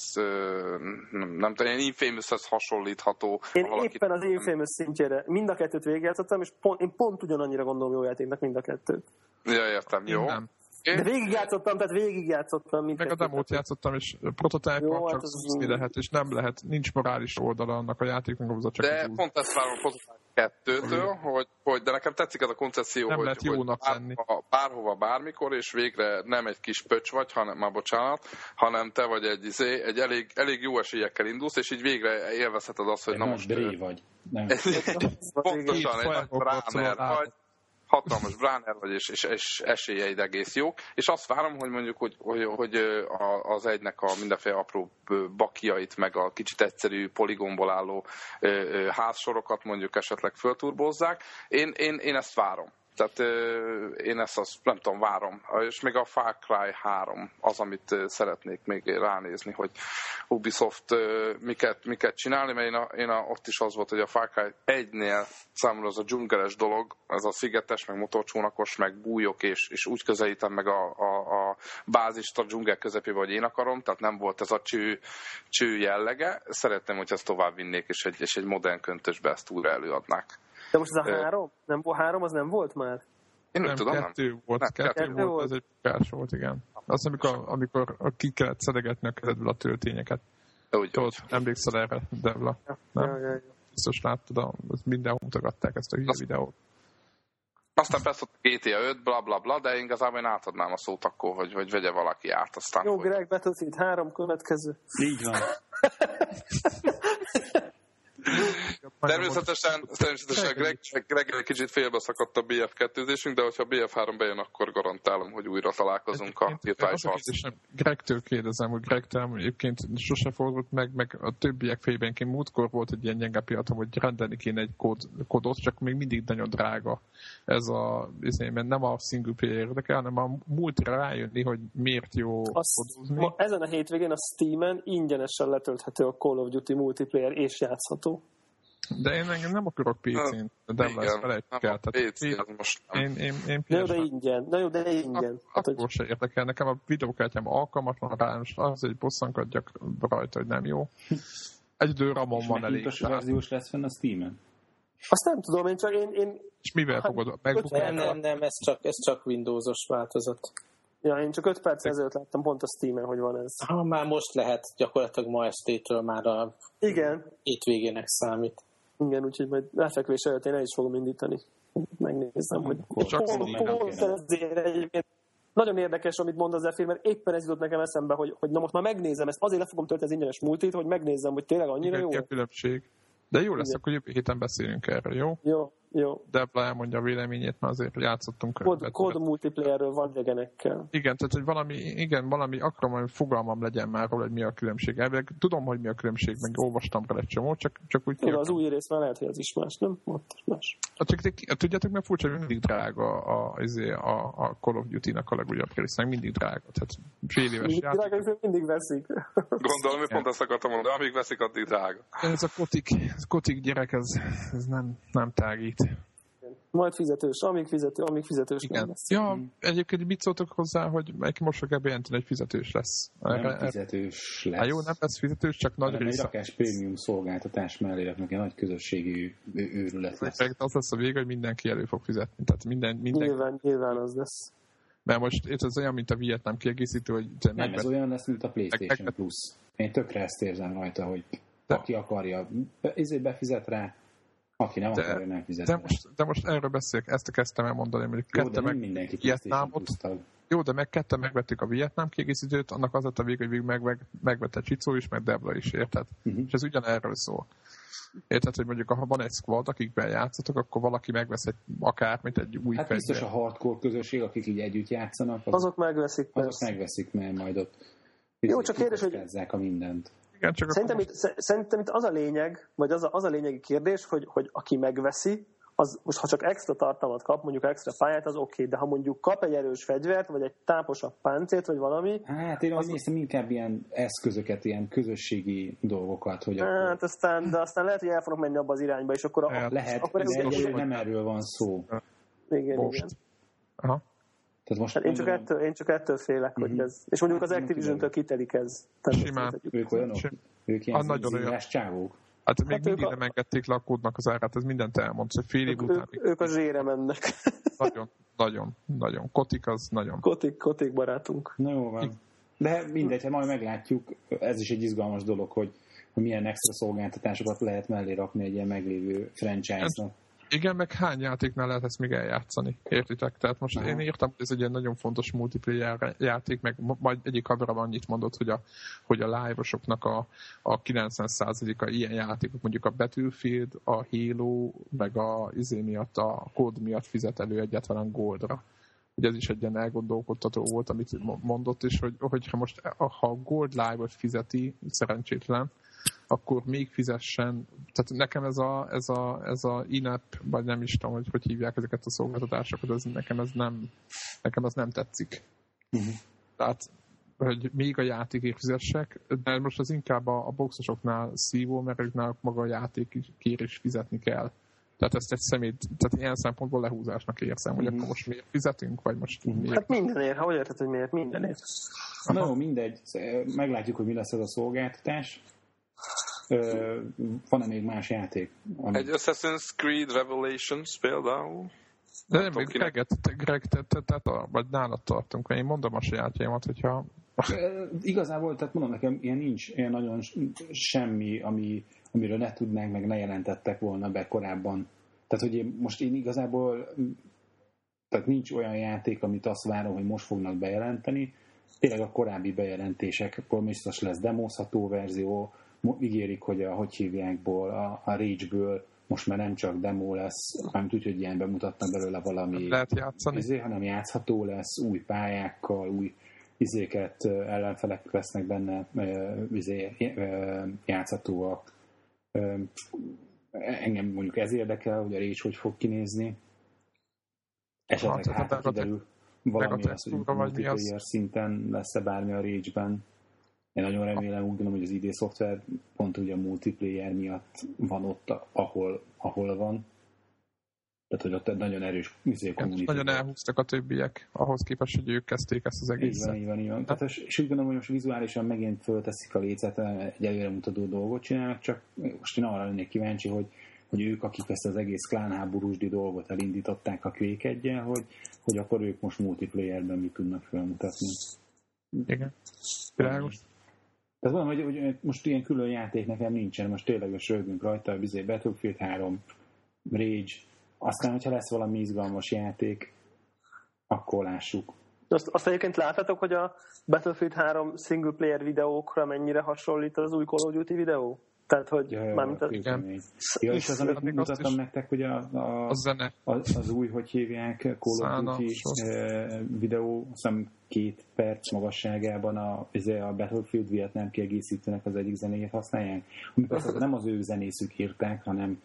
nem tudom, ilyen Infamous-hez hasonlítható. Én éppen az Infamous szintjére mind a kettőt végigjátszottam, és én pont ugyanannyira gondolom jó játéknak mind a kettőt. Ja, értem, jó. De végigjátszottam. Meg a demót játszottam, és prototype-on csak szúszni lehet, és nem lehet, nincs morális oldala annak a játéknak, az csak de pont ezt várom a Prototype 2-től, hogy de nekem tetszik ez a koncepció, nem hogy bárhova, bármikor, és végre nem egy kis pöcs vagy, hanem te vagy egy elég jó esélyekkel indulsz, és így végre élvezheted azt, hogy na most... Dré vagy. Pontosan, egy Bráner vagy, hatalmas Bráner vagy, és esélyeid egész jók, és azt várom, hogy mondjuk, hogy az egynek a mindenféle apró bakjait, meg a kicsit egyszerű poligonból álló házsorokat mondjuk esetleg fölturbozzák. Én ezt várom. Tehát én ezt azt nem tudom, várom. És még a Far Cry 3 az, amit szeretnék még ránézni, hogy Ubisoft miket csinálni, mert ott is az volt, hogy a Far Cry 1-nél számomra az a dzsungeles dolog, ez a szigetes, meg motorcsónakos, meg bújok, és úgy közelítem meg a bázist a dzsungel közepébe, hogy én akarom, tehát nem volt ez a cső jellege. Szeretném, hogy ezt tovább vinnék, és egy modern köntösbe ezt újra előadnák. De most ez a 3? Nem, 3 az nem volt már? Én nem tudom, kettő volt, ez egy kás volt, igen. Azt, amikor ki kellett szedegetni a kezedből a töltényeket. Tudod, emlékszel erre, Devla? Nem? Biztos láttad, mindenhol mutogatták ezt a hülye videót. Aztán persze a GTA 5, blablabla, de én igazából átadnám a szót akkor, hogy vegye valaki át. Aztán jó, Greg, Battlefield 3 következő. Így van. Természetesen Greg egy kicsit félbeszakadt a BF2-zésünk, de hogyha BF3 bejön, akkor garantálom, hogy újra találkozunk a virtuális harcban. Gregtől kérdezem, hogy Greg egyébként sose fordult meg a többiek fejében, múltkor volt egy ilyen gyenge pillanatom, hogy rendelni kéne egy kódot, csak még mindig nagyon drága. Ez mert nem a single player érdekel, hanem a multira rájönni, hogy miért jó kódozni. Ezen a hétvégén a Steamen ingyenesen letölthető a Call of Duty multiplayer és játszható. De én engem nem akarok PC-n, de nem lesz felejtjük el. De ingyen. Na jó, de ingyen. Akkor se érdekel. Nekem a videókártyám alkalmatlan rá, most az, hogy bosszankodjak rajta, hogy nem jó. Egy idő ramon van elég. És verziós lesz fenn a Steamen? Azt nem tudom, én csak én... És mivel fogod megbukni? Nem, ez csak Windowsos változat. Ja, én csak 5 perc ezelőtt láttam pont a Steamen, hogy van ez. Már most lehet, gyakorlatilag ma estétől már a hétvégének számít. Igen, úgyhogy majd lefekvés előtt én el is fogom indítani. Megnézem, hogy nagyon érdekes, amit mond az Zephyr, mert éppen ez jutott nekem eszembe, hogy na most már megnézem ezt, azért le fogom tölteni az ingyenes multit, hogy megnézem, hogy tényleg annyira jó. Igen, különbség. De jó lesz, igen. Akkor jövő héten beszélünk erről, jó? Jó. Debla elmondja a véleményét, mert azért játszottunk. Kód multiplayerről van idegenekkel. Igen, tehát hogy valami akarom, hogy fogalmam legyen már róla, hogy mi a különbség. Elvileg tudom, hogy mi a különbség, meg olvastam rá egy csomót, csak úgy az új rész már lehet, hogy az is más, nem? Ott is más. Tudjátok, meg furcsa, hogy mindig drága a Call of Duty-nak a legújabb résznek, mindig drága. Tehát fél éves játék. Mindig veszik. Gondolom, hogy pont ezt akartam mondani, amíg veszik, addig drága. Ez a kotik gyerek, ez nem tágít. Majd fizetős, amíg fizetős igen. Lesz. Ja, egyébként mit szóltok hozzá, hogy most fogja bejelenteni, hogy fizetős lesz? Nem fizetős lesz. Jó, nem lesz fizetős, csak nagy része. Egy rakás prémium szolgáltatás mellé raknak egy nagy közösségű őrület lesz. Az lesz a vége, hogy mindenki elő fog fizetni. Tehát minden... Nyilván az lesz. Mert most ez olyan, mint a Vietnám kiegészítő, hogy... Nem, ez olyan lesz, mint a PlayStation Plus. Én tökre ezt érzem rajta, hogy aki akarja, befizet rá, aki nem akarja, nem fizet. De most erről beszélek, ezt kezdtem elmondani, hogy ketten meg Vietnámot. Jó, de ketten megvettük a Vietnám kiegészítőt, annak az lett a vége, hogy megvette Csicó is, meg Debla is, érted? És ez ugyanerről szól. Érted, hogy mondjuk ha van egy squad, akikben játszatok, akkor valaki megvesz akármit, egy új fegyver. Biztos a hardcore közösség, akik így együtt játszanak. Azok megveszik. Azok megveszik, mert majd ott jó, csak kérdés, hogy a mindent. Igen, csak szerintem itt az a lényeg, vagy az a lényegi kérdés, hogy aki megveszi, az most ha csak extra tartalmat kap, mondjuk extra pályát, az oké, de ha mondjuk kap egy erős fegyvert, vagy egy táposabb páncélt, vagy valami... Hát én néztem inkább ilyen eszközöket, ilyen közösségi dolgokat, hogy hát aztán lehet, hogy el fognak menni abba az irányba, és akkor... Lehet, akkor de nem erről van szó. Igen. Aha. Hát én csak ettől félek, hogy ez... És mondjuk az Activision-től kitelik ez. Simán. Ők olyanok? Ők ilyen zívás csávók? Hát még mindig nem engedték le a kódnak az árát, ez mindent elmondsz, hogy fél év után... Ők a zsére mennek. Nagyon. Kotik az nagyon. Kotik barátunk. Na jó van. De mindegy, majd meglátjuk, ez is egy izgalmas dolog, hogy milyen extra szolgáltatásokat lehet mellé rakni egy ilyen meglévő franchise-nak. Igen, meg hány játéknál lehet ezt még eljátszani? Értitek? Tehát most én írtam, hogy ez egy ilyen nagyon fontos multiplayer játék, meg majd egyik haveram annyit mondott, hogy a live-osoknak a 90%-a ilyen játékok, mondjuk a Battlefield, a Halo, meg a miatt, a kód miatt fizet elő egyáltalán Goldra. Ugye ez is egy ilyen elgondolkodtató volt, amit mondott, és hogyha most ha a Gold Live-ot fizeti, szerencsétlen, akkor még fizessen. Tehát nekem ez a in-app, vagy nem is tudom, hogy hívják ezeket a szolgáltatásokat, nekem az nem tetszik. Tehát, hogy még a játékért fizessek, de most az inkább a boxosoknál szívó, mert őknál maga a játékért is fizetni kell. Tehát ezt tehát ilyen szempontból lehúzásnak érzem, hogy akkor most miért fizetünk, vagy most miért? Hát mindenért, ha úgy érted, hogy miért, mindenért. No, mindegy, meglátjuk, hogy mi lesz ez a szolgáltatás. Van-e még más játék? Egy Assassin's Creed Revelations például? De nem, Greg, vagy nálad tartunk, én mondom a sajátjaimat, hogyha... Igazából, tehát mondom nekem, ilyen nincs ilyen nagyon semmi, amiről ne tudnánk, meg ne jelentettek volna be korábban. Tehát, hogy én igazából, tehát nincs olyan játék, amit azt várom, hogy most fognak bejelenteni. Tényleg a korábbi bejelentések, akkor biztos lesz demózható verzió, ígérik, hogy hogy hívjákból, a Rage-ből most már nem csak demo lesz, hanem úgy, hogy ilyen bemutatnak belőle valami, lehet játszani, hanem játszható lesz, új pályákkal, új izéket, ellenfelek lesznek benne játszhatóak. Engem mondjuk ez érdekel, hogy a Rage hogy fog kinézni. Esetleg kiderül valami lesz, hogy multiplayer szinten lesz-e bármi a Rage-ben. Én nagyon remélem, úgy gondolom, hogy az ID Software pont ugye a multiplayer miatt van ott, ahol van. Tehát, hogy ott nagyon erős community. Nagyon elhúztak a többiek, ahhoz képest, hogy ők kezdték ezt az egészet. Így van. Tehát, és úgy gondolom, hogy most vizuálisan megint fölteszik a lécet, egy előremutató dolgot csinálnak, csak most én arra lennék kíváncsi, hogy ők, akik ezt az egész klánháborúsdi dolgot elindították a Quake 1-jel, hogy akkor ők most multiplayerben mit tudnak felmutatni. Igen. Világos. Tehát mondom, hogy most ilyen külön játék nekem nincsen, most tényleg rögünk rajta, bizony Battlefield 3, Rage, aztán, hogyha lesz valami izgalmas játék, akkor lássuk. Azt egyébként láthatok, hogy a Battlefield 3 single player videókra mennyire hasonlít az új Call of Duty videó? Tehát, hogy mármint és az, amit mutattam nektek, hogy az új, hogy hívják, Call of Duty videó, azt 2 perc magasságában a Battlefield Vietnam kiegészítőnek az egyik zenéjét használják. Amikor nem az ő zenészük írták,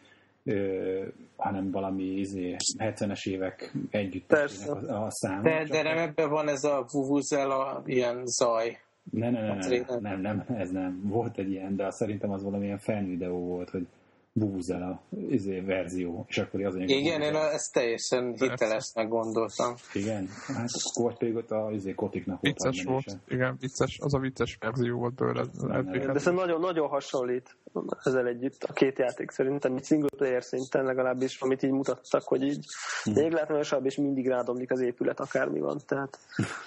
hanem valami 70-es évek együttesének a szám. De nem ebben van ez a vuvuzela, ilyen zaj. Nem, ez nem. Volt egy ilyen, de szerintem az valamilyen fanvideó volt, hogy vuvuzela verzió, és akkor az anyag. Igen, én ezt teljesen hitelesnek gondoltam. Igen? Hát akkor pedig ott a Kotiknak volt. Vicces volt, igen, vicces, az a vicces verzió volt belőle. De szerintem nagyon hasonlít ezzel együtt a két játék szerintem, így single player szinten legalábbis, amit így mutattak, hogy így még látványosabb, és mindig rádomlik az épület, akármi van, tehát...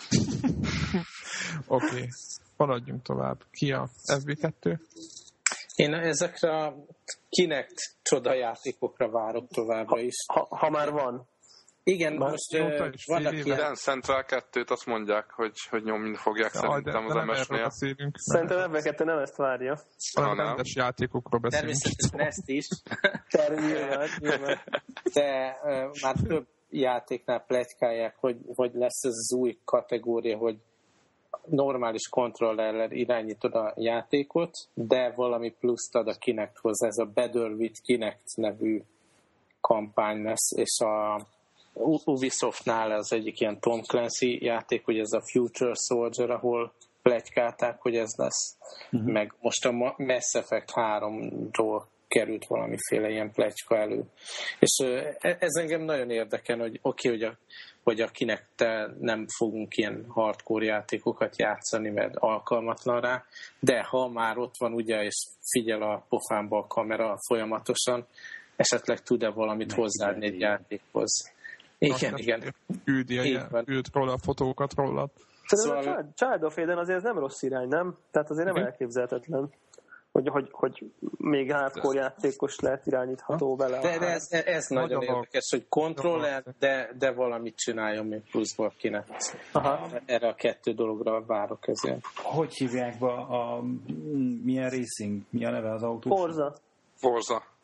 Oké, maradjunk tovább. Ki a FB2? Én ezekre a Kinect csodajátékokra várok továbbra is. Ha már van. Igen, most vannak ilyen... Dance Central 2-t azt mondják, hogy nyomni fogják szerintem az MS-nél. Szerintem ebben kettő nem ezt várja. A rendes játékokról beszélünk. Természetesen ezt is. Nyilván. De már több játéknál pletykálják, hogy lesz ez az új kategória, hogy normális kontrollerrel irányítod a játékot, de valami pluszt ad a Kinecthoz. Ez a Better with Kinect nevű kampány lesz, és a Ubisoftnál az egyik ilyen Tom Clancy játék, hogy ez a Future Soldier, ahol pletykálták, hogy ez lesz. Meg most a Mass Effect 3-ról került valamiféle ilyen pletyka elő. És ez engem nagyon érdekel, hogy hogy a Kinect-tel nem fogunk ilyen hardcore játékokat játszani, mert alkalmatlan rá, de ha már ott van ugye, és figyel a pofámba a kamera folyamatosan, esetleg tud-e valamit hozzáadni egy játékhoz. Igen. Küld róla a fotókat róla. Szerintem a Child of Eden azért nem rossz irány, nem? Tehát azért nem elképzelhetetlen, hogy még hardcore játékos lehet irányítható vele. De ez nagyon érdekes, hogy kontroller, de valamit csináljon még pluszból Kinect. Erre a 2 dologra várok ezért. Hogy hívják be milyen racing? Mi a neve az autó? Forza.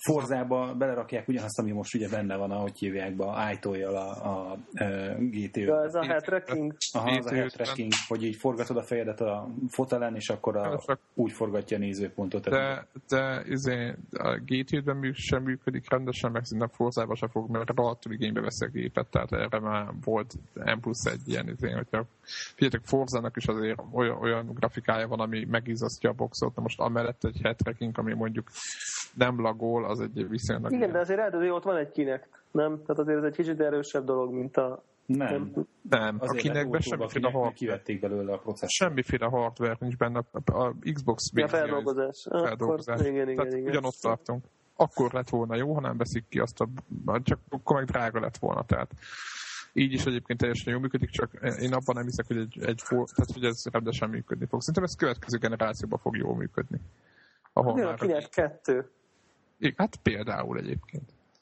Forzába belerakják ugyanazt, ami most ugye benne van, ahogy hívják be, ájtójjal a GT5. Ja, ez a head tracking. Aha, az a head tracking, hogy így forgatod a fejedet a fotelen, és akkor úgy forgatja a nézőpontot. De a GT5-ben sem működik rendesen, meg szinte Forzában sem fog, mert rohadtul igénybe vesz a gépet, tehát erre már volt M+1 ilyen, hogyha figyeljetek, Forzának is azért olyan grafikája van, ami megizzasztja a boxot, na most amellett egy head tracking, ami mondjuk nem lagol, az egy viszonylag... Igen, de azért ott van egy Kinect, nem? Tehát azért ez egy kicsit erősebb dolog, mint a... Nem. A Kinectben semmiféle kivették belőle a processzort. Semmiféle hardware nincs benne, a Xbox a feldolgozás. Igen. Ugyanott tartunk. Akkor lett volna jó, ha nem veszik ki azt csak akkor meg drága lett volna, tehát így is egyébként teljesen jól működik, csak én abban nem hiszek, hogy tehát, hogy ez rendesen működni fog. Szerintem ez következő generációban fog jól működni. Mi a Kinect 2? Hát például egyébként.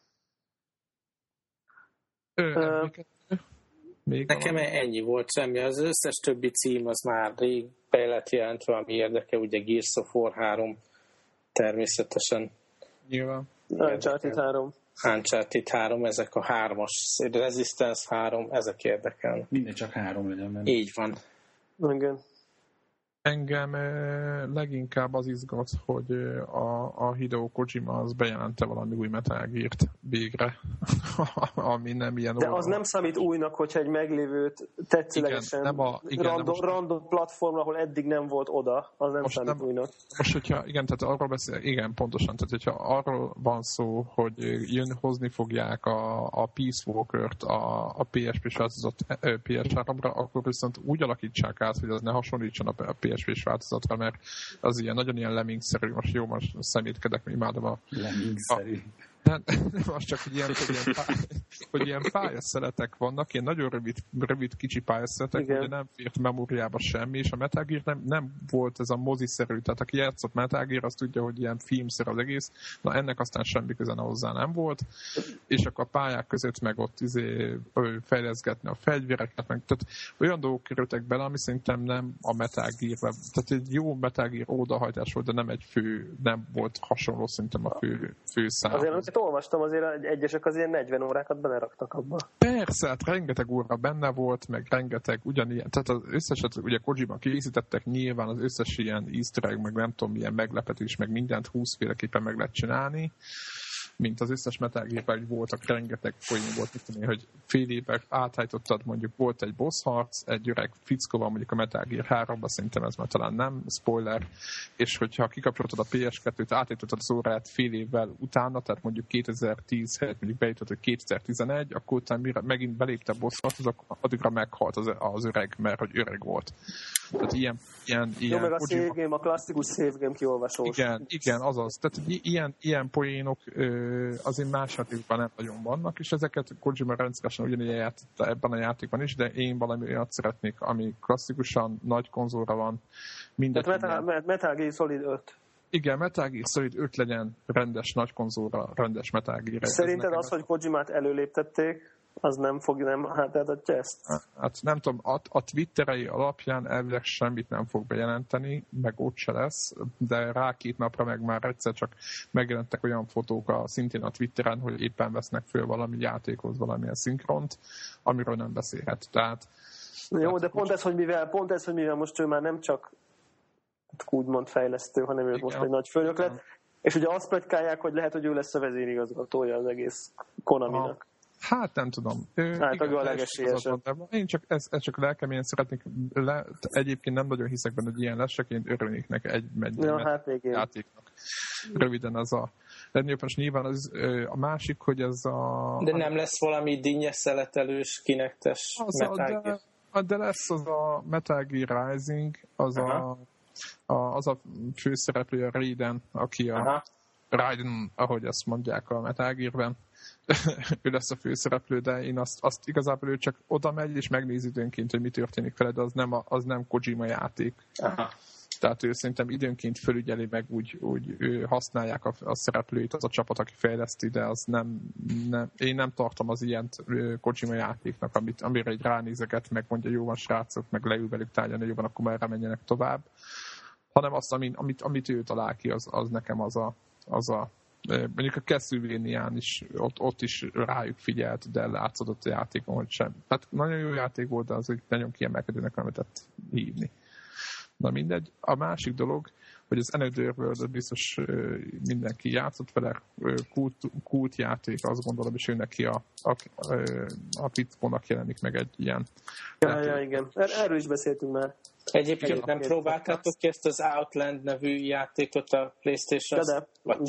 Nekem ennyi volt semmi. Az összes többi cím az már rég be lett jelentve, ami érdekel, ugye Gears of War 3 természetesen. Nyilván. Uncharted 3. Uncharted 3, ezek a 3-as, Resistance 3, ezek érdekel. Minden csak 3 legyen benne. Így van. Igen. Engem leginkább az izgat, hogy a Hideo Kojima az bejelente valami új Metal Geart végre, ami nem ilyen... De az nem számít újnak, hogyha egy meglévőt tetszőlegesen random platformra, ahol eddig nem volt oda, az nem most számít újnak. Most, hogyha, igen, tehát arról beszél, igen, pontosan, tehát hogyha arról van szó, hogy hozni fogják a Peace Walker-t a PSP-s változat PS3-ra, akkor viszont úgy alakítsák át, hogy az ne hasonlítson a PSP-s változatra, mert az ilyen nagyon ilyen lemmingszerű, most szemétkedek, imádom a... Lemmingszerű. Nem, az csak, hogy ilyen pályaszeletek vannak, ilyen nagyon rövid kicsi pályaszeletek, hogy nem fért memóriába semmi, és a Metal Gear nem volt ez a moziszerű, tehát aki játszott Metal Gear, azt tudja, hogy ilyen filmszer az egész, na ennek aztán semmi köze hozzá nem volt, és akkor a pályák között meg ott fejleszgetni a fegyvereket, meg, tehát olyan dolgok kerültek bele, ami szerintem nem a Metal Gear-be, tehát egy jó Metal Gear ódahajtás volt, de nem volt hasonló szerintem a fő szám. Azért olvastam, azért egyesek azért 40 órákat beleraktak abba. Persze, hát rengeteg óra benne volt, meg rengeteg ugyanilyen, tehát az összeset, ugye Kojima készítettek, nyilván az összes ilyen easter egg, meg nem tudom, milyen meglepetés, meg mindent 20 féleképpen meg lehet csinálni, mint az összes Metal Gear-ben, hogy voltak rengeteg folyam volt, mit tudom, hogy fél évek áthajtottad, mondjuk volt egy boss harc, egy öreg fickóval, mondjuk a Metal Gear 3-ba, szerintem ez már talán nem spoiler, és hogyha kikapcsoltad a PS2-t, áthajtottad az órát fél évvel utána, tehát mondjuk 2010 helyett mondjuk bejutott, hogy 2011, akkor utána mire megint belépte a boss harc, addigra meghalt az öreg, mert hogy öreg volt. Tehát ilyen jó, meg a save game, a klasszikus save game kiolvasós. Igen, azaz. Tehát ilyen poénok azért más játékban nem nagyon vannak, és ezeket Kojima rendszeresen ugyanilyen játszotta ebben a játékban is, de én valami olyat szeretnék, ami klasszikusan nagy konzolra van. Tehát Metal Gear Solid 5. Igen, Metal Gear Solid 5 legyen rendes nagy konzolra, rendes Metal Gear. Szerinted az, hogy Kojimát előléptették, az nem hátráltatja ezt? Hát nem tudom, a Twitterei alapján elvileg semmit nem fog bejelenteni, meg ott se lesz, de rá 2 napra meg már egyszer csak megjelentek olyan fotók szintén a Twitteren, hogy éppen vesznek föl valami játékhoz valamilyen szinkront, amiről nem beszélhet. Tehát, jó, de pont ez, hogy mivel most ő már nem csak úgymond fejlesztő, hanem ő most egy nagy főnök lett, és ugye azt pletykálják, hogy lehet, hogy ő lesz a vezérigazgatója az egész Konaminak. Hát nem tudom. Hát a legesélyesebb. Én csak ez csak lelkemén szeretnék, egyébként nem nagyon hiszek benne, hogy ilyen lesz, csak én örülnék neki egy játéknak. Röviden az a legnagyobb, nyilván az, a másik, hogy ez a... De nem lesz valami dinnyes szeletelős, kinektes Metal Gear? De lesz az a Metal Gear Rising, az a főszereplő, a Raiden, aki a Raiden, ahogy azt mondják a Metal Gear-ben. Ő lesz a főszereplő, de én azt igazából ő csak oda megy, és megnéz időnként, hogy mi történik vele, de az nem Kojima játék. Aha. Tehát ő szerintem időnként fölügyeli, meg úgy használják a szereplőit, az a csapat, aki fejleszti, de az nem, én nem tartom az ilyen Kojima játéknak, amire egy ránézeget, meg mondja, jó van srácok, meg leül velük tárgyalni, jó van, akkor merre menjenek tovább. Hanem azt, amit ő talál ki, az nekem az a mondjuk a Castlevania-n is, ott is rájuk figyelt, de látszódott a játékon, hogy sem. Hát nagyon jó játék volt, de az egy nagyon kiemelkedőnek nem lehetett hívni. Na mindegy. A másik dolog, hogy az Another World biztos mindenki játszott vele, kult játék, azt gondolom, és ő neki a Pitfall-nak jelenik meg egy ilyen. Ja, igen. Erről is beszéltünk már. Egyébként nem próbáltátok ki ezt az Outland nevű játékot a PlayStation-ra?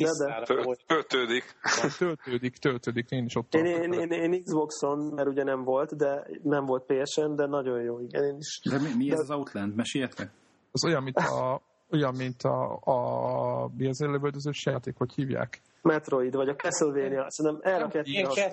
Töltődik. Én is ott én Xboxon, mert ugye nem volt, de nem volt PSN, de nagyon jó, igen, én is. De mi ez az Outland? Meséljetek? Az olyan, mint mi az lövöldözős játék, hogy hívják? Metroid, vagy a Castlevania, szerintem erre kell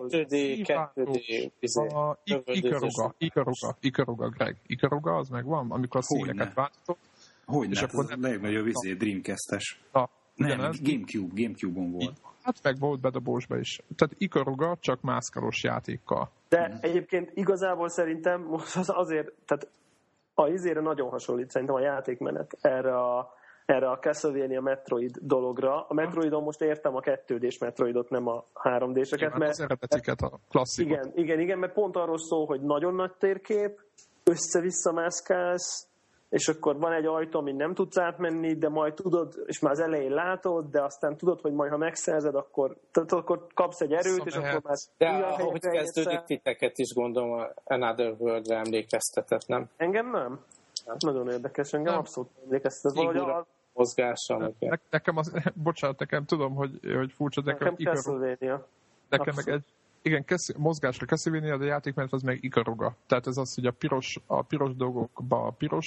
Ikaruga, Greg. Ikaruga, az megvan, amikor a színeket változott. Hogyne, hát ez a legnagyobb Dreamcast-es. Nem, Gamecube-on volt. Hát meg volt bedobósba is. Tehát Ikaruga, csak mászkálós játékkal. De egyébként igazából szerintem most azért, tehát a izére nagyon hasonlít szerintem a játékmenet erre a Castlevania Metroid dologra. A Metroidon most értem a 2D-s Metroidot, nem a 3D-seket. Mert az eredetiket, a klasszikot. Igen, mert pont arról szól, hogy nagyon nagy térkép, össze-vissza mászkálsz, és akkor van egy ajtó, amin nem tudsz átmenni, de majd tudod, és már az elején látod, de aztán tudod, hogy majd ha megszerzed, akkor kapsz egy erőt, és akkor már... De ahogy kezdődik, titeket is gondolom a Another World-re emlékeztetett, nem? Engem nem. Nagyon érdekes, engem abszolút emlékeztetett. Valahogy mozgással. Nekem tudom, hogy furcsa, nekem Castlevania. Nekem meg egy mozgásra Castlevania, de a játék, mert az meg Ikaruga. Tehát ez az, hogy a piros dolgokba a piros...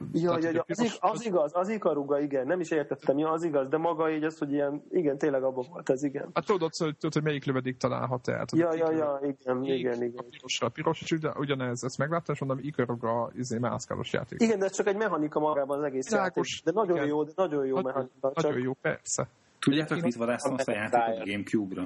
Az Ikaruga, igen. Nem is értettem, az igaz, de maga így az, hogy ilyen, igen, tényleg abban volt, ez igen. Hát tudod, hogy melyik lövedék találhat el. Igen. A piros, és ugyanez, ezt megláttam, és mondom, Ikaruga mászkálós játék. Igen, de ez csak egy mechanika magában az egész játék. De nagyon jó mechanika. Nagyon jó, persze. Tudjátok, mit vadásztam azt a játékot a Gamecube-ra?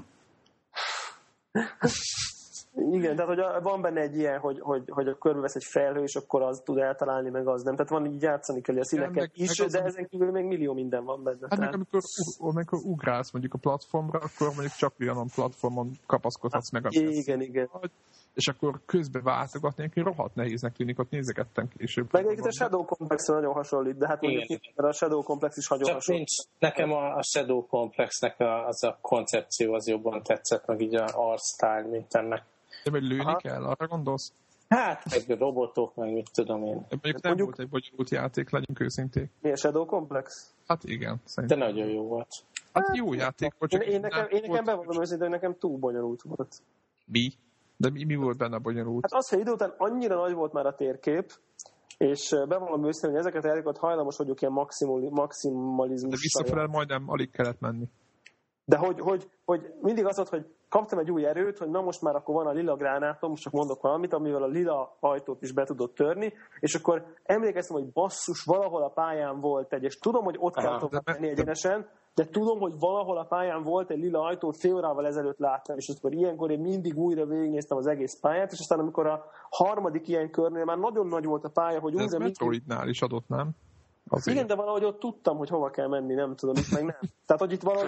Igen, tehát hogy van benne egy ilyen, hogy körbevesz egy felhő, és akkor az tud eltalálni, meg az nem. Tehát van, így játszani kell a színeket is, de ezen kívül még millió minden van benne. Hát meg amikor ugrálsz mondjuk a platformra, akkor mondjuk csak olyan platformon kapaszkodhatsz meg. Igen. És akkor közbe váltogatni, hogy rohadt nehéznek tűnik, ott nézegettem később. Meg egyébként a Shadow Complex nagyon hasonlít, de hát mondjuk a Shadow Complex is nagyon hasonlít. Nekem a Shadow Complexnek az a koncepció az jobban tetszett, meg így a art style, mint ennek. De hogy lőni kell, arra gondolsz? Hát, meg robotok, meg mit tudom én. Mondjuk nem volt egy bonyolult játék, legyünk őszinték. Mi a Shadow Complex? Hát igen, szerintem. De nagyon jó volt. Hát jó játék volt. Én nekem bevallom őszintén, hogy nekem túl bonyolult volt. Mi? De mi volt benne a bonyolult? Hát az, hogy idő után annyira nagy volt már a térkép, és bevallom őszintén, hogy ezeket a játékokat hajlamos vagyok ilyen maximalizmusra. De visszafelel majdnem alig kellett menni. De hogy mindig az volt, hogy kaptam egy új erőt, hogy na most már akkor van a lila gránátom, most csak mondok valamit, amivel a lila ajtót is be tudott törni, és akkor emlékeztem, hogy basszus, valahol a pályán volt egy, és tudom, hogy ott kell tovább menni egyenesen, de tudom, hogy valahol a pályán volt egy lila ajtót, fél órával ezelőtt láttam, és akkor ilyenkor én mindig újra végignéztem az egész pályát, és aztán amikor a harmadik ilyen körnél már nagyon nagy volt a pálya, hogy újra... Ez Metroidnál is adott, nem? Azért. Igen, de valahogy ott tudtam, hogy hova kell menni, nem tudom, itt meg nem. Tehát, hogy itt valahogy...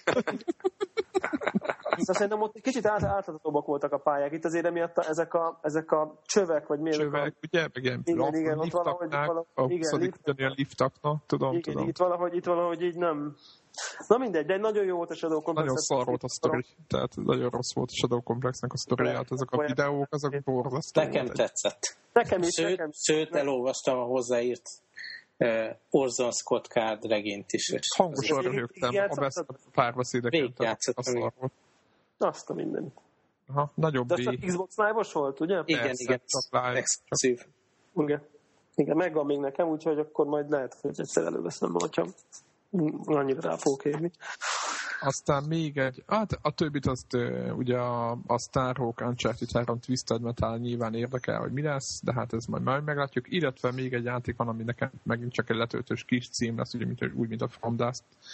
Szóval szerintem ott kicsit átláthatóbbak voltak a pályák. Itt azért emiatt ezek a csövek, vagy miért? Csövek, ugye? Meg igen, ott valahogy ilyen liftakna, tudom. Igen, itt valahogy így nem... Na mindegy, de nagyon jó volt a Shadow Complex. Nagyon szar volt a sztori, tehát nagyon rossz volt a Shadow Complexnek a sztoriát, ezek a videók, azok borzasztó. Nekem tetszett. Nekem is. Sőt, elolvastam a hozzáírt Orson Scott Card regényt is. Hangosan röhögtem a párbeszédeken. Végigjátszottam. Azt a mindenit. Aha, nagyobb de csak Xbox Live-os volt, ugye? Igen. Exkluzív. Igen, megvan még nekem, úgyhogy akkor majd lehet, hogy egyszer előveszem, hogyha annyira rá fogok érni. Aztán még egy, hát a többit azt ugye a Starhawk Uncharted 3 Twisted Metal nyilván érdekel, hogy mi lesz, de hát ez majd meglátjuk, illetve még egy játék van, ami nekem megint csak egy letöltős kis cím lesz, ugye úgy, mint a From Dust,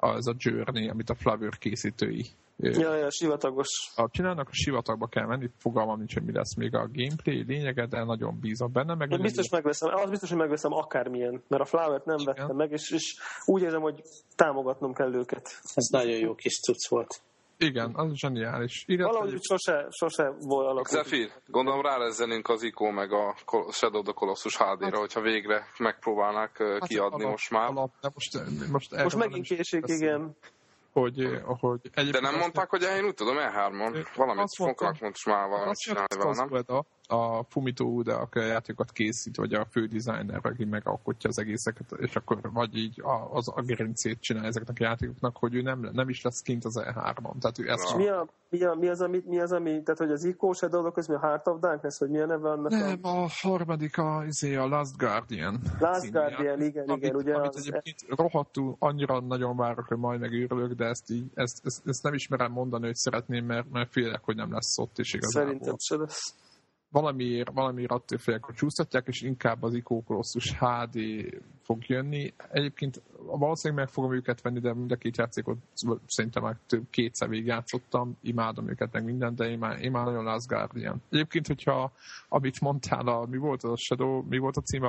az a Journey, amit a Flavor készítői sivatagos. Csinálnak, a sivatagba kell menni, fogalmam nincs, hogy mi lesz még a gameplay lényege, de nagyon bízom benne. Meg én biztos megveszem, az biztos, hogy megveszem akármilyen, mert a Flavort nem vettem meg, és úgy érzem, hogy támogatnom kell őket. Ez nagyon jó kis cucc volt. Igen, az zseniális. Valahogy sose volt alakult. Zephyr, gondolom rárezzenünk az ICO meg a Shadow of the Colossus HD-ra, hogyha végre megpróbálnák kiadni most már. Most megint késik, igen. Hogy de nem mondták, hogy én úgy tudom, E3-on valamit fognak most már valamit csinálni vele, nem? A Fumito Uda, aki a játékokat készít, vagy a fő designer, aki megalkotja az egészeket, és akkor vagy így a gerincét csinál ezeknek a játékoknak, hogy ő nem is lesz kint az E3-on. Tehát ő ezt mi az, ami, tehát hogy az ICO Shadow of a Heart of Darkness, hogy mi a neve annak? Nem, a harmadik a Last Guardian. Last Guardian, igen, ugye. Amit egyébként rohadtul annyira nagyon várok, hogy majd megőrülök, de ezt nem ismerem mondani, hogy szeretném, mert félek, hogy nem lesz ott, és igazából. Szerintem se lesz. Valamiért attól félek, hogy csúsztatják, és inkább az ICO Colossus HD fog jönni. Egyébként valószínűleg meg fogom őket venni, de mind a két játékot szerintem már kétszer végigjátszottam, imádom őket meg mindent, de én már nagyon Last Guardian. Egyébként, hogyha amit mondtál, mi volt az a Shadow, mi volt a címe?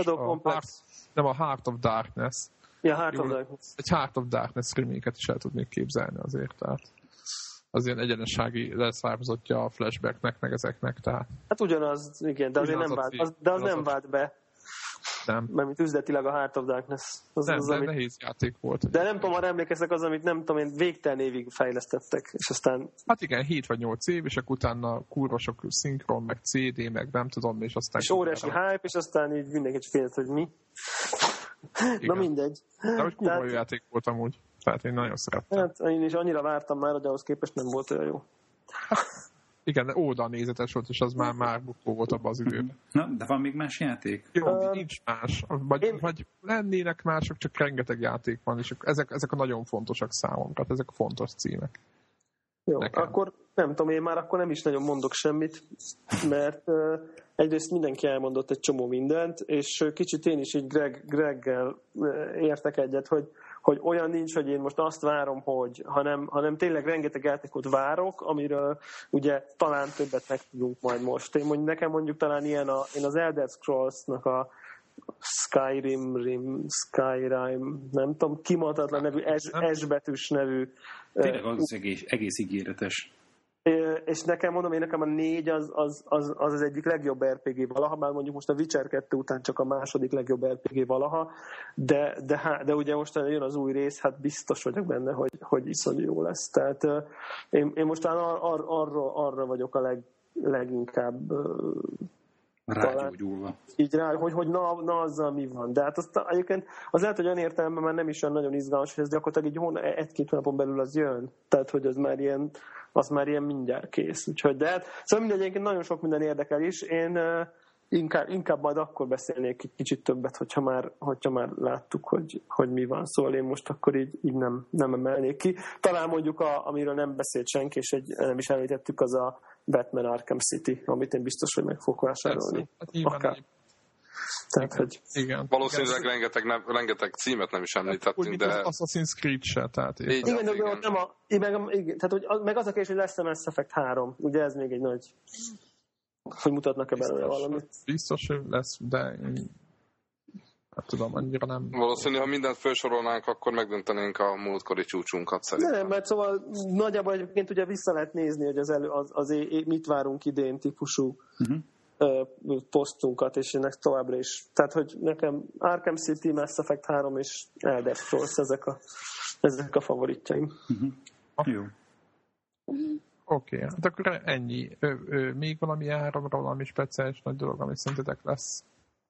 A Heart of Darkness. Ja, Heart of Darkness. Egy Heart of Darkness remake-et is el tudnék képzelni azért, tehát az ilyen egyenessági leszármazottja a flashbacknek, meg ezeknek, tehát. Hát ugyanaz, igen, de azért nem vált be. Nem. Mert mint üzletileg a Heart of Darkness. Nehéz játék volt. De nem tudom, arra emlékeztek az, amit nem tudom én, végtelen évig fejlesztettek, és aztán... Hát igen, 7 vagy 8 év, és akkor utána kurva sok szinkron, meg CD, meg nem tudom, és aztán... És óriási hype, és aztán így mindenki csak kérdez, hogy mi. Na mindegy. De hogy kurva jó játék volt amúgy. Tehát én nagyon szerettem. Hát én is annyira vártam már, hogy ahhoz képest nem volt olyan jó. Igen, de oldalnézetes volt, és az már bukó volt abban az időben. Na, de van még más játék? Jó, nincs más. Vagy lennének mások, csak rengeteg játék van, és ezek a nagyon fontosak számomra, ezek a fontos címek. Jó, nekem. Akkor nem tudom, én már akkor nem is nagyon mondok semmit, mert egyrészt mindenki elmondott egy csomó mindent, és kicsit én is így Greggel értek egyet, hogy olyan nincs, hogy én most azt várom, hanem tényleg rengeteg játékot várok, amiről ugye talán többet megtudunk majd most. Nekem mondjuk talán ilyen én az Elder Scrolls-nak a Skyrim, nem tudom, kimondhatatlan nevű, S betűs nevű. Tényleg az egész ígéretes. És nekem a 4 az egyik legjobb RPG valaha, bár mondjuk most a Witcher 2 után csak a második legjobb RPG valaha, de ugye most jön az új rész, hát biztos vagyok benne, hogy iszonyú jó lesz. Tehát én most arra vagyok a leginkább rágyógyulva. Így rá, hogy na azzal mi van. De hát egyébként az lehet, hogy olyan értelemben már nem is olyan nagyon izgalmas, hogy ez gyakorlatilag egy-két hónapon belül az jön. Tehát, hogy az már ilyen mindjárt kész. Úgyhogy, de hát, szóval mindegy, egyébként nagyon sok minden érdekel is. Én inkább majd akkor beszélnék egy kicsit többet, hogyha már láttuk, hogy mi van. Szóval én most akkor így nem emelnék ki. Talán mondjuk, amiről nem beszélt senki, és nem is említettük, az a Batman Arkham City, amit én biztos, hogy meg fogok vásárolni. Hát tehát, hogy... Igen. Valószínűleg rengeteg címet nem is említettünk, úgy, de... Az Assassin's Creed se, tehát... Igen, tehát, hogy meg az a kérdés, hogy lesz a Mass Effect 3. Ugye ez még egy nagy... Hogy mutatnak-e belőle valamit. Biztos, hogy lesz, de hát tudom, annyira nem... Valószínű, ha mindent felsorolnánk, akkor megdöntenénk a múltkori csúcsunkat szerintem. Nem, mert szóval nagyjából egyébként ugye vissza lehet nézni, hogy az mit várunk idén típusú posztunkat, és ennek továbbra is. Tehát, hogy nekem Arkham City, Mass Effect 3 és Elder Scrolls ezek a favoritjaim. Jó. Oké, hát akkor ennyi. Még valami áramra, valami speciális nagy dolog, ami szerintetek lesz?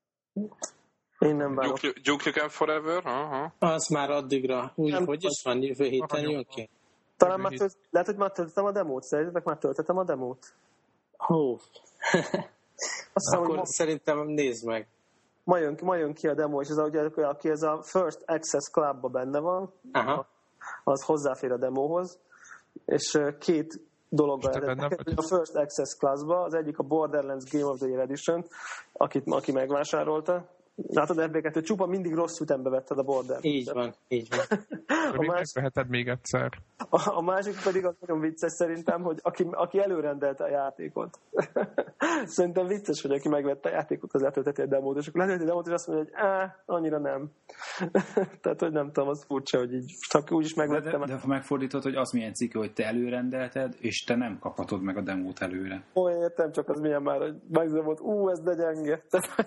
Én nem várok. Duke Nukem Forever? Az már addigra. Hogy is van, jövő héten jön ki? Talán lehet, hogy már töltöttem a demót. Szerintetek már töltöttem a demót? Akkor szerintem nézd meg. Ma jön ki a demo, és aki ez a First Access Clubba benne van, az hozzáfér a demóhoz, és két dologgal a First Access Classba, az egyik a Borderlands Game of the Year Edition, aki megvásárolta, Látod, FB2 csupa mindig rossz ütembe vetted a Border. Így van. Megveheted még egyszer. A másik pedig az nagyon vicces szerintem, hogy aki előrendelte a játékot. Szerintem vicces, hogy aki megvette a játékot, az letölteti a demót, és akkor letölteti a demót, és azt mondja, hogy annyira nem. Tehát, hogy nem tudom, az furcsa, hogy így úgyis megvettem. De ha megfordítod, hogy az milyen cikk, hogy te előrendelted, és te nem kaphatod meg a demót előre. Értem, csak az milyen már, hogy megzöm volt, ez de gyenge.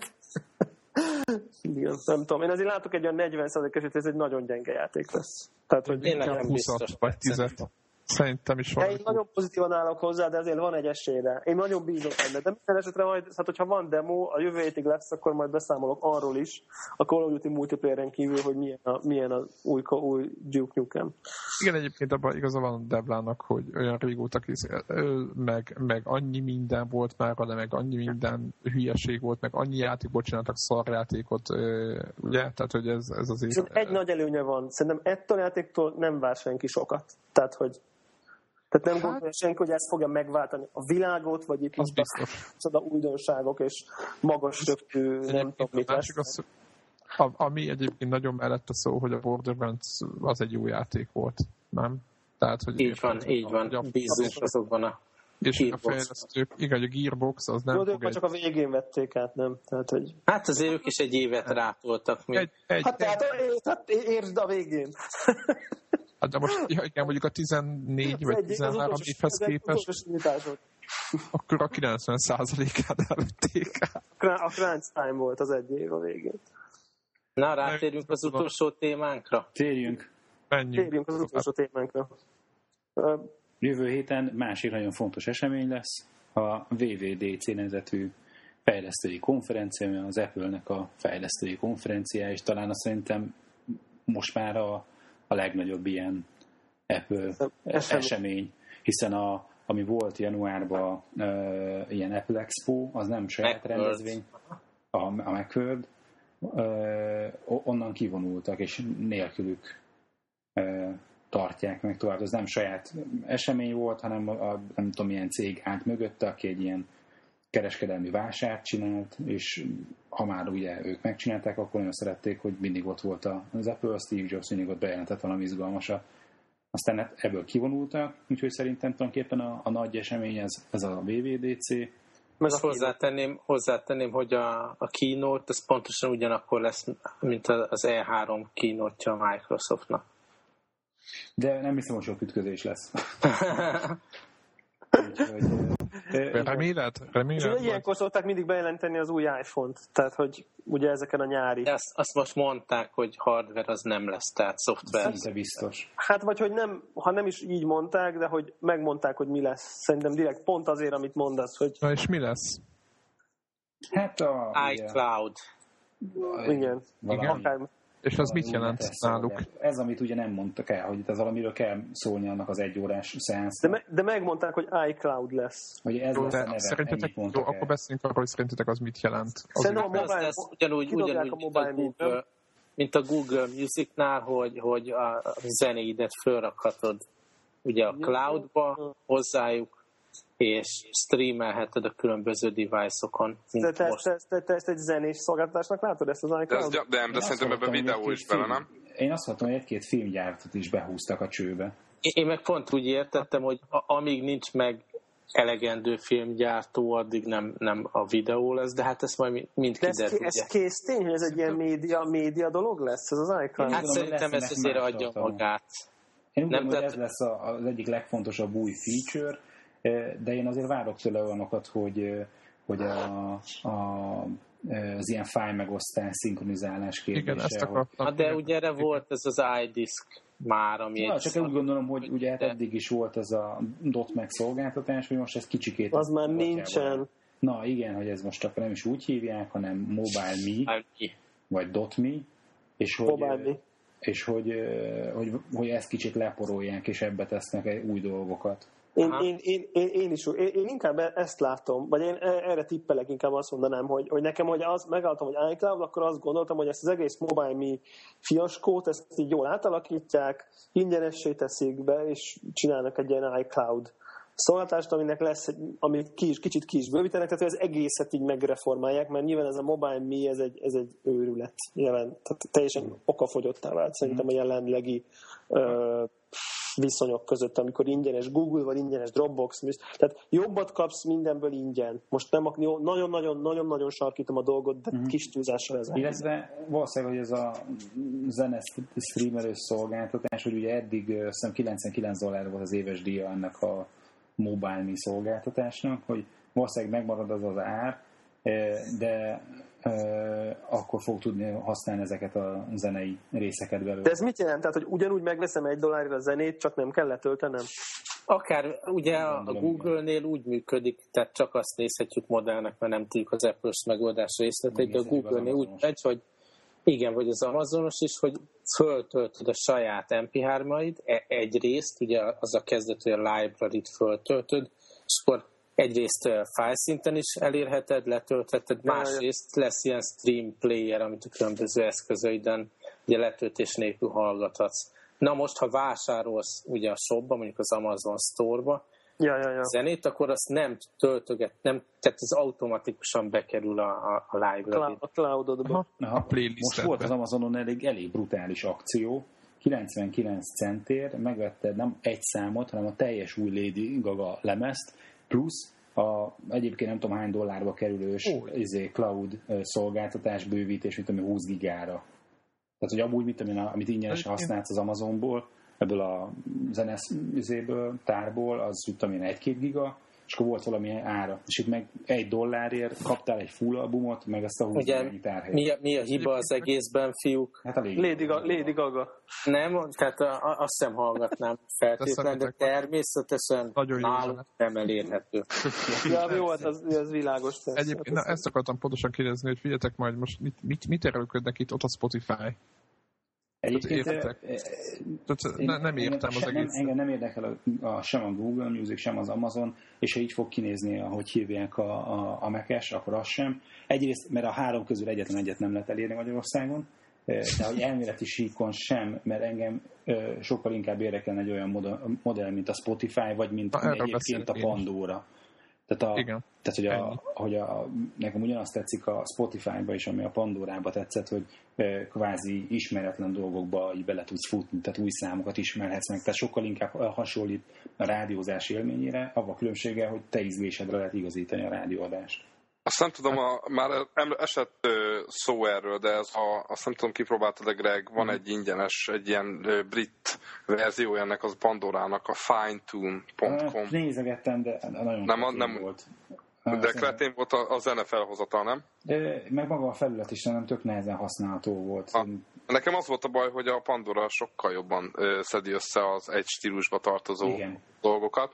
Igen, nem tudom. Én azért látok egy olyan 40%-es, hogy ez egy nagyon gyenge játék lesz. Tehát, hogy én nem biztos. Vagy 10-et. Szerintem is van. Én nagyon pozitívan állok hozzá, de azért van egy esélyre. Én nagyon bízok benne. De minden esetre majd, hát hogyha van demo, a jövő hétig lesz, akkor majd beszámolok arról is, a Call of Duty multiplayeren kívül, hogy milyen az új Duke Nukem. Igen, egyébként abban igaza van a Deblának, hogy olyan régóta meg annyi minden volt már, de meg annyi minden hülyeség volt, meg annyi játékból csináltak szarjátékot, ugye? Tehát, hogy ez azért... Egy nagy előnye van. Szerintem ettől a játéktól nem vár senki sokat. Tehát nem gondolja senki, hogy ez fogja megváltani a világot, vagy itt az biztos. A újdonságok és magas röptű, nem tudom mit lesz. Ami egyébként nagyon mellett a szó, hogy a Borderlands az egy jó játék volt, nem? Tehát, hogy így van. Bízunk azokban a és a fejlesztők, igen, a Gearbox az nem fog... Jó, csak a végén vették át, nem? Tehát, hogy... Hát azért ők is egy évet rátoltak még. Értsd a végén. Hát de most, igen, mondjuk a 14 vagy 13 évhez képest, akkor a 90%-át elvették át. A crunch time volt az egy év a végén. Na, rátérjünk az utolsó témánkra? Térjünk az utolsó témánkra. Jövő héten másik nagyon fontos esemény lesz, a WWDC nevezetű fejlesztői konferencia, az Apple-nek a fejlesztői konferenciája, és talán azt szerintem most már a legnagyobb ilyen Apple esemény, hiszen ami volt januárban ilyen Apple Expo, az nem saját rendezvény, a Macworld, onnan kivonultak, és nélkülük tartják meg tovább. Ez nem saját esemény volt, hanem nem tudom, milyen cég állt mögötte, aki egy ilyen kereskedelmi vásárt csinált, és ha már ugye ők megcsinálták, akkor nagyon szerették, hogy mindig ott volt az Apple, Steve Jobs mindig ott bejelentett valami izgalmasat. Aztán ebből kivonultak, úgyhogy szerintem tulajdonképpen a nagy esemény ez a WWDC. Most hozzátenném, hogy a keynote az pontosan ugyanakkor lesz, mint az E3 keynote-ja a Microsoftnak. De nem hiszem, hogy sok ütközés lesz. Reméled? És ilyenkor szokták mindig bejelenteni az új iPhone-t, tehát hogy ugye ezeken a nyári. De azt most mondták, hogy hardware az nem lesz, tehát szoftver. Szinte biztos. Hát vagy hogy nem, ha nem is így mondták, de hogy megmondták, hogy mi lesz. Szerintem direkt pont azért, amit mondasz, hogy... Na és mi lesz? Hát iCloud. Igen. És az mit jelent náluk? Ez, amit ugye nem mondtak el, hogy ez valamiről kell szólni annak az egyórás szeánsznak. De megmondták, hogy iCloud lesz. Hogy ez lesz a neve. Szerintetek, akkor beszéljünk arról, hogy szerintetek az mit jelent. Szerintem a ugyanúgy mint a Google Musicnál, hogy a zenéidet fölrakhatod ugye a cloudba hozzájuk, és streamelheted a különböző device-okon. Te ezt egy zenés szolgáltatásnak látod, ezt az iCloud? De szerintem ebben videó is bele, nem? Én azt mondtam, hogy egy-két filmgyártat is behúztak a csőbe. Én meg pont úgy értettem, hogy amíg nincs meg elegendő filmgyártó, addig nem a videó lesz, de hát ezt majd mind kiderül. Ez kész tény, hogy ez egy ilyen média dolog lesz, ez az iCloud? Hát szerintem ez azért adja magát. Én úgy gondolom, hogy ez lesz az egyik legfontosabb új feature, de én azért várok tőle olyanokat, hogy az ilyen file megosztás, szinkronizálás kérdése. Igen, ezt akartam. De ugye erre volt ez az iDisk már, ami csak úgy gondolom, hogy ugye hát eddig is volt ez a .Mac szolgáltatás, hogy most ez kicsikét... Az már nincsen. Na igen, hogy ez most akkor nem is úgy hívják, hanem Mobile.me, vagy .me, és hogy ezt kicsit leporolják, és ebbe tesznek új dolgokat. Én inkább ezt látom, vagy én erre tippelek, inkább azt mondanám, hogy nekem, hogy megálltam, hogy iCloud, akkor azt gondoltam, hogy ezt az egész Mobile.me fiaskót, ezt így jól átalakítják, ingyenessé teszik be, és csinálnak egy ilyen iCloud szolgáltást, aminek lesz, amit kicsit ki is bővítenek, tehát az egészet így megreformálják, mert nyilván ez a Mobile Me, ez egy őrület jelen, tehát teljesen okafogyottá vált szerintem a jelenlegi viszonyok között, amikor ingyenes Google vagy ingyenes Dropbox, tehát jobbat kapsz mindenből ingyen. Most nem nagyon-nagyon sarkítom a dolgot, de kis túlzással ez. Illetve valószínűleg, hogy ez a zene streamerős szolgáltatás, hogy ugye eddig $99 volt az éves díja ennek a Mobile Me szolgáltatásnak, hogy valószínűleg megmarad az ár, de akkor fog tudni használni ezeket a zenei részeket belőle. De ez mit jelent? Tehát, hogy ugyanúgy megveszem $1 a zenét, csak nem kell letöltenem? Akár ugye a Google-nél úgy működik, tehát csak azt nézhetjük modellnek, mert nem tudjuk az Apple-s megoldás részleteit, de a Google-nél úgy megy, hogy igen, vagy az Amazonos is, hogy föltöltöd a saját MP3-aid, egyrészt, ugye az a kezdet, hogy a library-t föltöltöd, és akkor egyrészt file-szinten is elérheted, letöltheted, másrészt lesz ilyen stream player, amit a különböző eszközöiden ugye letöltés nélkül hallgathatsz. Na most, ha vásárolsz ugye a shopba, mondjuk az Amazon Store-ba, zenét, akkor azt nem töltöget, tehát ez automatikusan bekerül a library. A cloudodba. Most volt az Amazonon elég brutális akció, 99 centért megvetted nem egy számot, hanem a teljes új Lady Gaga lemezt, plusz egyébként nem tudom hány dollárba kerülős cloud szolgáltatás bővítés, mint ami 20 gigára. Tehát, hogy amúgy, amit ingyenesen használsz az Amazonból, ebből a zeneszből, tárból, az tudom én 1-2 giga, és akkor volt valamilyen ára. És itt meg $1 kaptál egy full albumot, meg ezt a 20 gitárhelyet. Mi a hiba az egészben, fiúk? Hát a Lady Gaga. Nem, tehát azt sem hallgatnám feltétlenül, de természetesen nálunk nem elérhető. Ja, jó, az világos. Egyébként ezt akartam pontosan kérdezni, hogy figyeljetek majd, most mit erőlködnek itt ott a Spotify? Egyébként nem értem az egész. Engem nem érdekel sem a Google Music, sem az Amazon, és ha így fog kinézni, ahogy hívják a Mac-es, akkor az sem. Egyrészt, mert a három közül egyet nem lehet elérni Magyarországon, de hogy elméleti síkon sem, mert engem sokkal inkább érdekelne egy olyan modell, mint a Spotify, vagy mint egyébként a Pandora. Tehát, hogy nekem ugyanazt tetszik a Spotify-ba is, ami a Pandora-ba tetszett, hogy kvázi ismeretlen dolgokba így bele tudsz futni, tehát új számokat ismerhetsz meg, tehát sokkal inkább hasonlít a rádiózás élményére, avval a különbséggel, hogy te ízlésedre lehet igazítani a rádióadást. Azt nem tudom, már esett szó erről, de azt nem tudom, kipróbáltad, Greg, van egy ingyenes, egy ilyen brit verziója ennek az Pandorának, a finetune.com. Nézegettem, de nagyon nem volt. De kretén volt a zene felhozata, nem? Meg maga a felület is nem tök nehezen használható volt. Nekem az volt a baj, hogy a Pandora sokkal jobban szedi össze az egy stílusba tartozó dolgokat.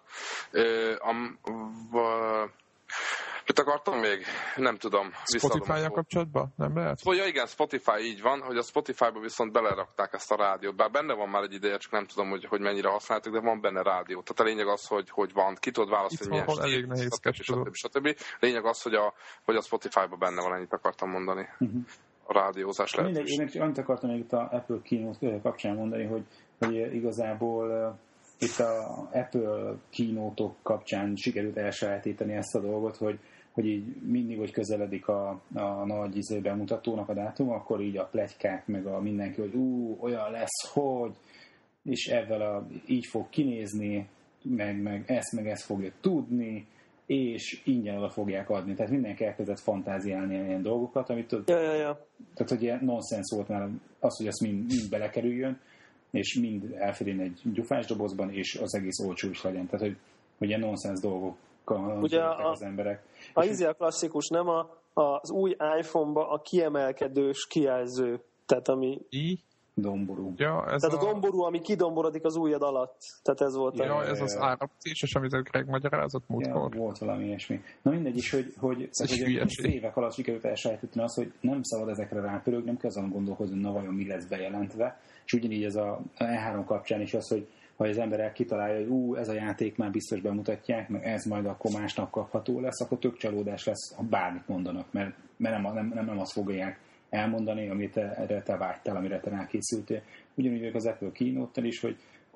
Mit akartam még? Nem tudom. Spotify-jal kapcsolatban? Nem lehet? Ja, igen, Spotify így van, hogy a Spotify-ba viszont belerakták ezt a rádiót. Bár benne van már egy ideje, csak nem tudom, hogy mennyire használtuk, de van benne rádió. Tehát a lényeg az, hogy van. Ki tudod választani, milyen elég nehéz stb. Lényeg az, hogy a Spotify-ba benne van, ennyit akartam mondani. A rádiózás lehetőség. Én annyit akartam még itt a Apple Keynote kapcsán mondani, hogy igazából itt a Apple keynote-ok kapcsán sikerült elsajátítani ezt a dolgot, hogy így mindig, hogy közeledik a nagy bemutatónak a dátum, akkor így a pletykák, meg a mindenki, hogy olyan lesz, hogy, és ezzel így fog kinézni, meg ezt fogja tudni, és ingyen oda fogják adni. Tehát mindenki elkezdett fantáziálni ilyen dolgokat, amit tehát, hogy ilyen nonsens volt már az, hogy ezt mind belekerüljön, és mind elférjen egy gyufás dobozban, és az egész olcsó is legyen. Tehát, hogy ilyen nonsens dolgokkal ugye az emberek. A klasszikus, nem az új iPhone-ba a kiemelkedős kijelző. Tehát ami... Domború. Ja, tehát a domború, ami kidomborodik az ujjad alatt. Tehát ez volt. Ez az áraptíces, amit a Greg magyarázott múltkor. Volt valami ilyesmi. Na mindegy is, hogy évek alatt sikerült elsajátítani azt, hogy nem szabad ezekre rápörögni, nem kell azon gondolkozni, na vajon mi lesz bejelentve. És ugyanígy ez a E3 kapcsán is az, hogy ha az ember kitalálja, hogy ez a játék már biztos bemutatják, meg ez majd akkor másnap kapható lesz, akkor tök csalódás lesz, ha bármit mondanak, mert nem azt fogják elmondani, amit te vágytál, amire te rákészültél. Ugyanúgy az Apple Keynote-tel is, hogy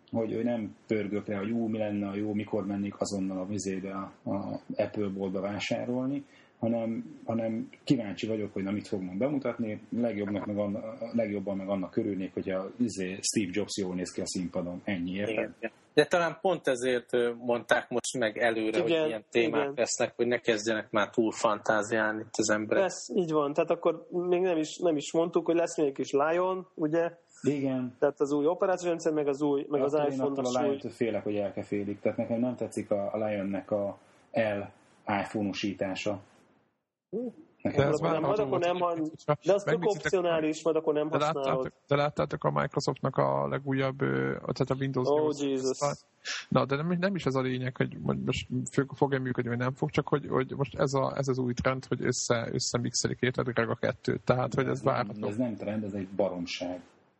hogy nem pörgök rá, hogy mi lenne a jó, mikor mennék azonnal a Apple boltba vásárolni, hanem kíváncsi vagyok, hogy mit fognak bemutatni, legjobban meg annak örülnék, hogy a Steve Jobs jól néz ki a színpadon. Ennyi, érted? De talán pont ezért mondták most meg előre, hogy ilyen témák lesznek, hogy ne kezdjenek már túl fantáziálni itt az emberek. Ez így van, tehát akkor még nem is mondtuk, hogy lesz még egy kis Lion, ugye? Igen. Tehát az új operációs rendszer, meg az iPhone-os új. A Lion-től félek, hogy elkefélik, tehát nekem nem tetszik a Lionnek a iPhone-osítása. De az tök opcionális, majd akkor nem használod. De láttátok a Microsoftnak a legújabb, tehát a Windows 8. Jesus. Na, de nem is ez a lényeg, hogy most fog-e működni, vagy nem fog, csak hogy most ez az új trend, hogy összemixelik értedileg a kettőt. Tehát, hogy ez várható. Ez nem trend, ez egy baromság.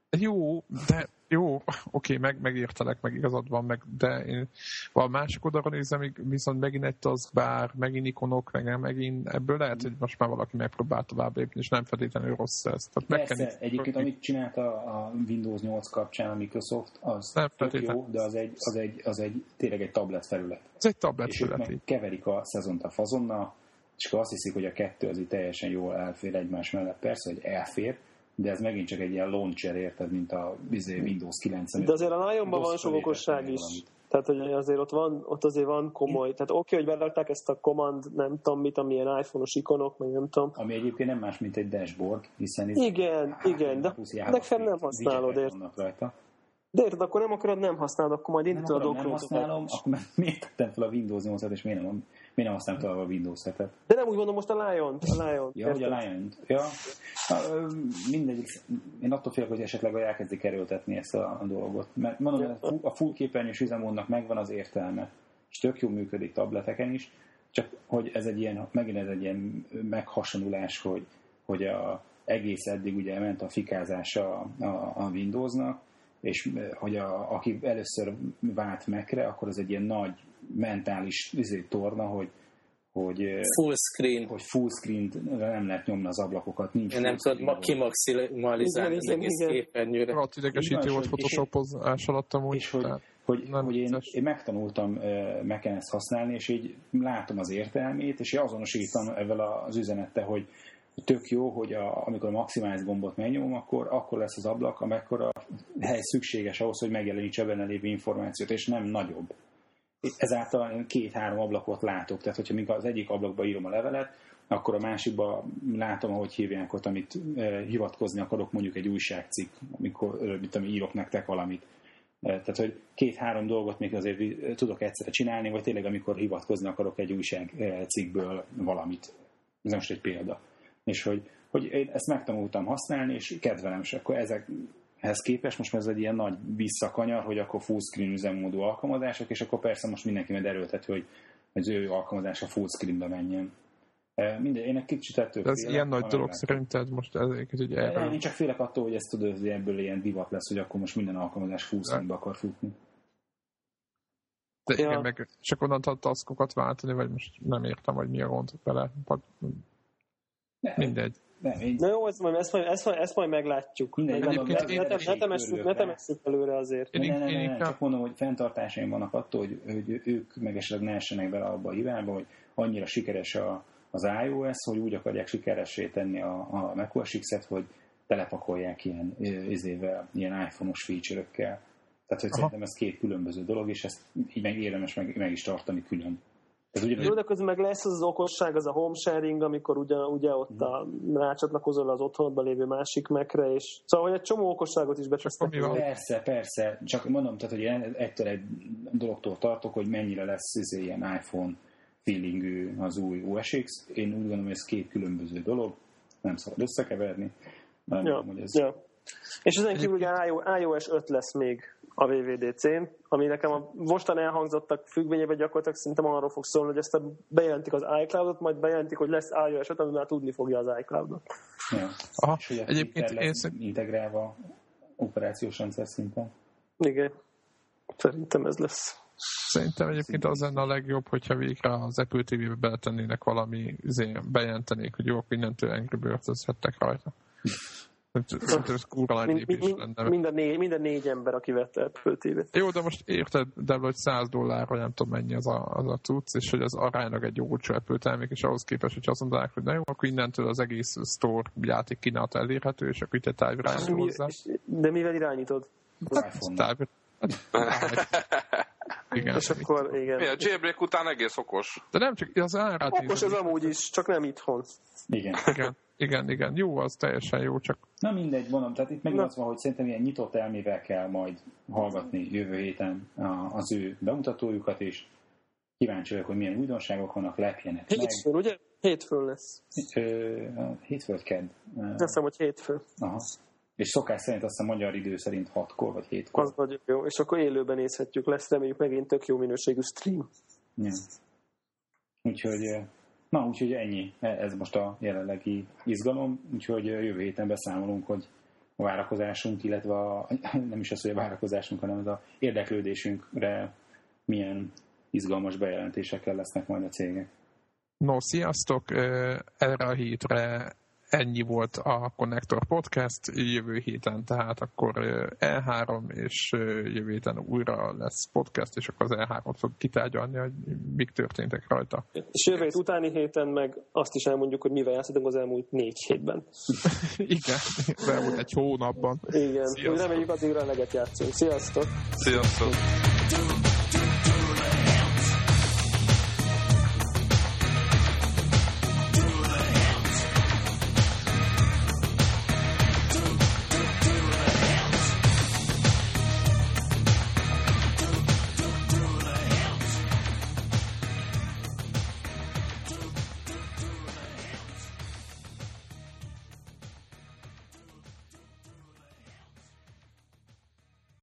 Jó, oké, megértelek, meg igazad van, de én a másik oldalra nézem, viszont megint egy taskbar, megint ikonok, megint ebből lehet, hogy most már valaki megpróbál tovább lépni, és nem feltétlenül rossz ez. Persze, egyébként amit csinált a Windows 8 kapcsán a Microsoft, az tök jó, de az egy tényleg egy tablet felület. Ez egy tablet és felület. És ők keverik a szezont a fazonnal, és akkor azt hiszik, hogy a kettő az így teljesen jól elfér egymás mellett. Persze, hogy elfér, de ez megint csak egy ilyen launcher, érted, mint a Windows 9. De azért a Lionban van sok okosság is. Tehát, hogy azért ott azért van komoly. Tehát oké, hogy berakták ezt a command, nem tudom mit, amilyen iPhone-os ikonok, meg nem tudom. Ami egyébként nem más, mint egy dashboard, hiszen... Igen, de legfeljebb nem használod, érted? De érted, akkor nem akarod, nem használod, akkor majd indítod a dokrotot. Nem használom, akkor miért tettem fel a Windows 8-et, és miért nem használom tovább a Windows 7-et? De nem úgy mondom most a Lion-t. Ja, hogy a Lion-t. Ja. Mindegy, én attól félek, hogy esetleg elkezdik erőltetni ezt a dolgot. Mert mondom, a full képernyős üzemmódnak megvan az értelme, és tök jól működik tableteken is, csak hogy megint ez egy ilyen meghasonulás, hogy egész eddig ugye ment a fikázása a Windowsnak, és hogy aki először vált Mac-re, akkor ez egy ilyen nagy mentális torna, hogy full screen nem lehet nyomni az ablakokat. Nincs nem tudod kimaximalizálni az egész képernyőre. Hát idegesítő volt Photoshopozás alatt amúgy. És hogy én megtanultam Mac-en ezt használni, és így látom az értelmét, és én azonosítom ezzel az üzenettel, hogy tök jó, hogy amikor a maximális gombot megnyomom, akkor lesz az ablak, amekkora hely szükséges ahhoz, hogy megjelenítse benne lévő információt, és nem nagyobb. Ezáltal 2-3 ablakot látok, tehát hogyha mikor az egyik ablakba írom a levelet, akkor a másikba látom, ahogy hívják ott, amit hivatkozni akarok, mondjuk egy újságcikk, amikor írok nektek valamit. Tehát, hogy 2-3 dolgot még azért tudok egyszerre csinálni, vagy tényleg amikor hivatkozni akarok egy újságcikkből valamit. Ez most egy példa. És hogy én ezt megtanultam használni, és kedvelem, és akkor ezekhez képest most ez egy ilyen nagy visszakanyar, hogy akkor full screen üzemmódú alkalmazások, és akkor persze most mindenki majd erőltető, hogy az ő alkalmazása full screenbe menjen. Én egy kicsit ettől félek. Ez ilyen nagy dolog szerinted most ezeket ugye erről? Én csak félek attól, hogy ezt tudod, hogy ebből ilyen divat lesz, hogy akkor most minden alkalmazás full screenbe akar futni. De igen, meg csak onnan taskokat váltani, vagy most nem értem, hogy mi a gond vele. Mindegy. Na jó, ezt majd meglátjuk. Ne temesszük előre azért. Én csak mondom, hogy fenntartásaim vannak attól, hogy ők meg esetleg ne essenek bele abba a hibába, hogy annyira sikeres az iOS, hogy úgy akarják sikeressé tenni a macOS X-et, hogy telepakolják ilyen iPhone-os feature-ökkel. Tehát, hogy szerintem ez két különböző dolog, és ezt így meg érdemes meg is tartani külön. Jó, de közben meg lesz az okosság, az a home sharing, amikor ugye ott rácsatlakozol az otthonban lévő másik Mac-re, és szóval, hogy egy csomó okosságot is becsesztek. Persze, csak mondom, tehát, hogy ettől egy dologtól tartok, hogy mennyire lesz ilyen iPhone feelingű az új OS X. Én úgy gondolom, hogy ez két különböző dolog, nem szabad összekeverni. És ezen kívül ugye iOS 5 lesz még a WWDC-n, ami nekem a mostan elhangzottak függvényében gyakorlatilag szerintem arról fog szólni, hogy ezt bejelentik az iCloud-ot, majd bejelentik, hogy lesz iOS 5, ami már tudni fogja az iCloud-ot. Ja. És hogy egyébként lesz integrálva operációs rendszer szinten. Igen, szerintem ez lesz. Szerintem egyébként az lenne a legjobb, hogyha végre az Apple TV-be beletennének valami, bejelentenék, hogy jó, mindentől Angry Birds-ezhettek rajta. Ez kurva nagy lépés lenne. Minden négy ember, aki vette Apple TV-t. Jó, de most érted, de hogy $100, nem tudom mennyi az a cucc, és hogy az aránylag egy olcsó Apple termék, és ahhoz képest, hogy azt mondanák, hogy na jó, akkor innentől az egész store játék kínálat elérhető, és akkor itt egy távirányító hozzá. De mivel irányítod? Igen. És akkor, igen. Mi a jailbreak után egész okos. De nem csak az árát. Okos az amúgy is, csak nem itthon. Igen. Jó, az teljesen jó, csak... Na mindegy, mondom, tehát itt megint az van, hogy szerintem ilyen nyitott elmével kell majd hallgatni jövő héten az ő bemutatójukat, és kíváncsi vagyok, hogy milyen újdonságok vannak, lepjenek meg. Hétfőn, ugye? Hétfőn lesz. Hétfő vagy kedd? Azt hiszem, hogy hétfő. Aha. És szokás szerint azt a magyar idő szerint 6-kor vagy 7-kor. Az nagyon jó, és akkor élőben nézhetjük, lesz reméljük megint tök jó minőségű stream. Ja. Úgyhogy ennyi. Ez most a jelenlegi izgalom, úgyhogy jövő héten beszámolunk, hogy a várakozásunk, illetve nem is az, hogy a várakozásunk, hanem az a érdeklődésünkre milyen izgalmas bejelentésekkel lesznek majd a cégek. No, sziasztok! Erre a hétre ennyi volt a Connector Podcast, jövő héten tehát akkor E3, és jövő héten újra lesz podcast, és akkor az E3-ot fog kitárgyalni, hogy mik történtek rajta. És jövő hét utáni héten meg azt is elmondjuk, hogy mivel játszottunk az elmúlt 4 hétben. Igen, az elmúlt egy hónapban. Igen, reméljük addigra eleget játszunk. Sziasztok! Sziasztok!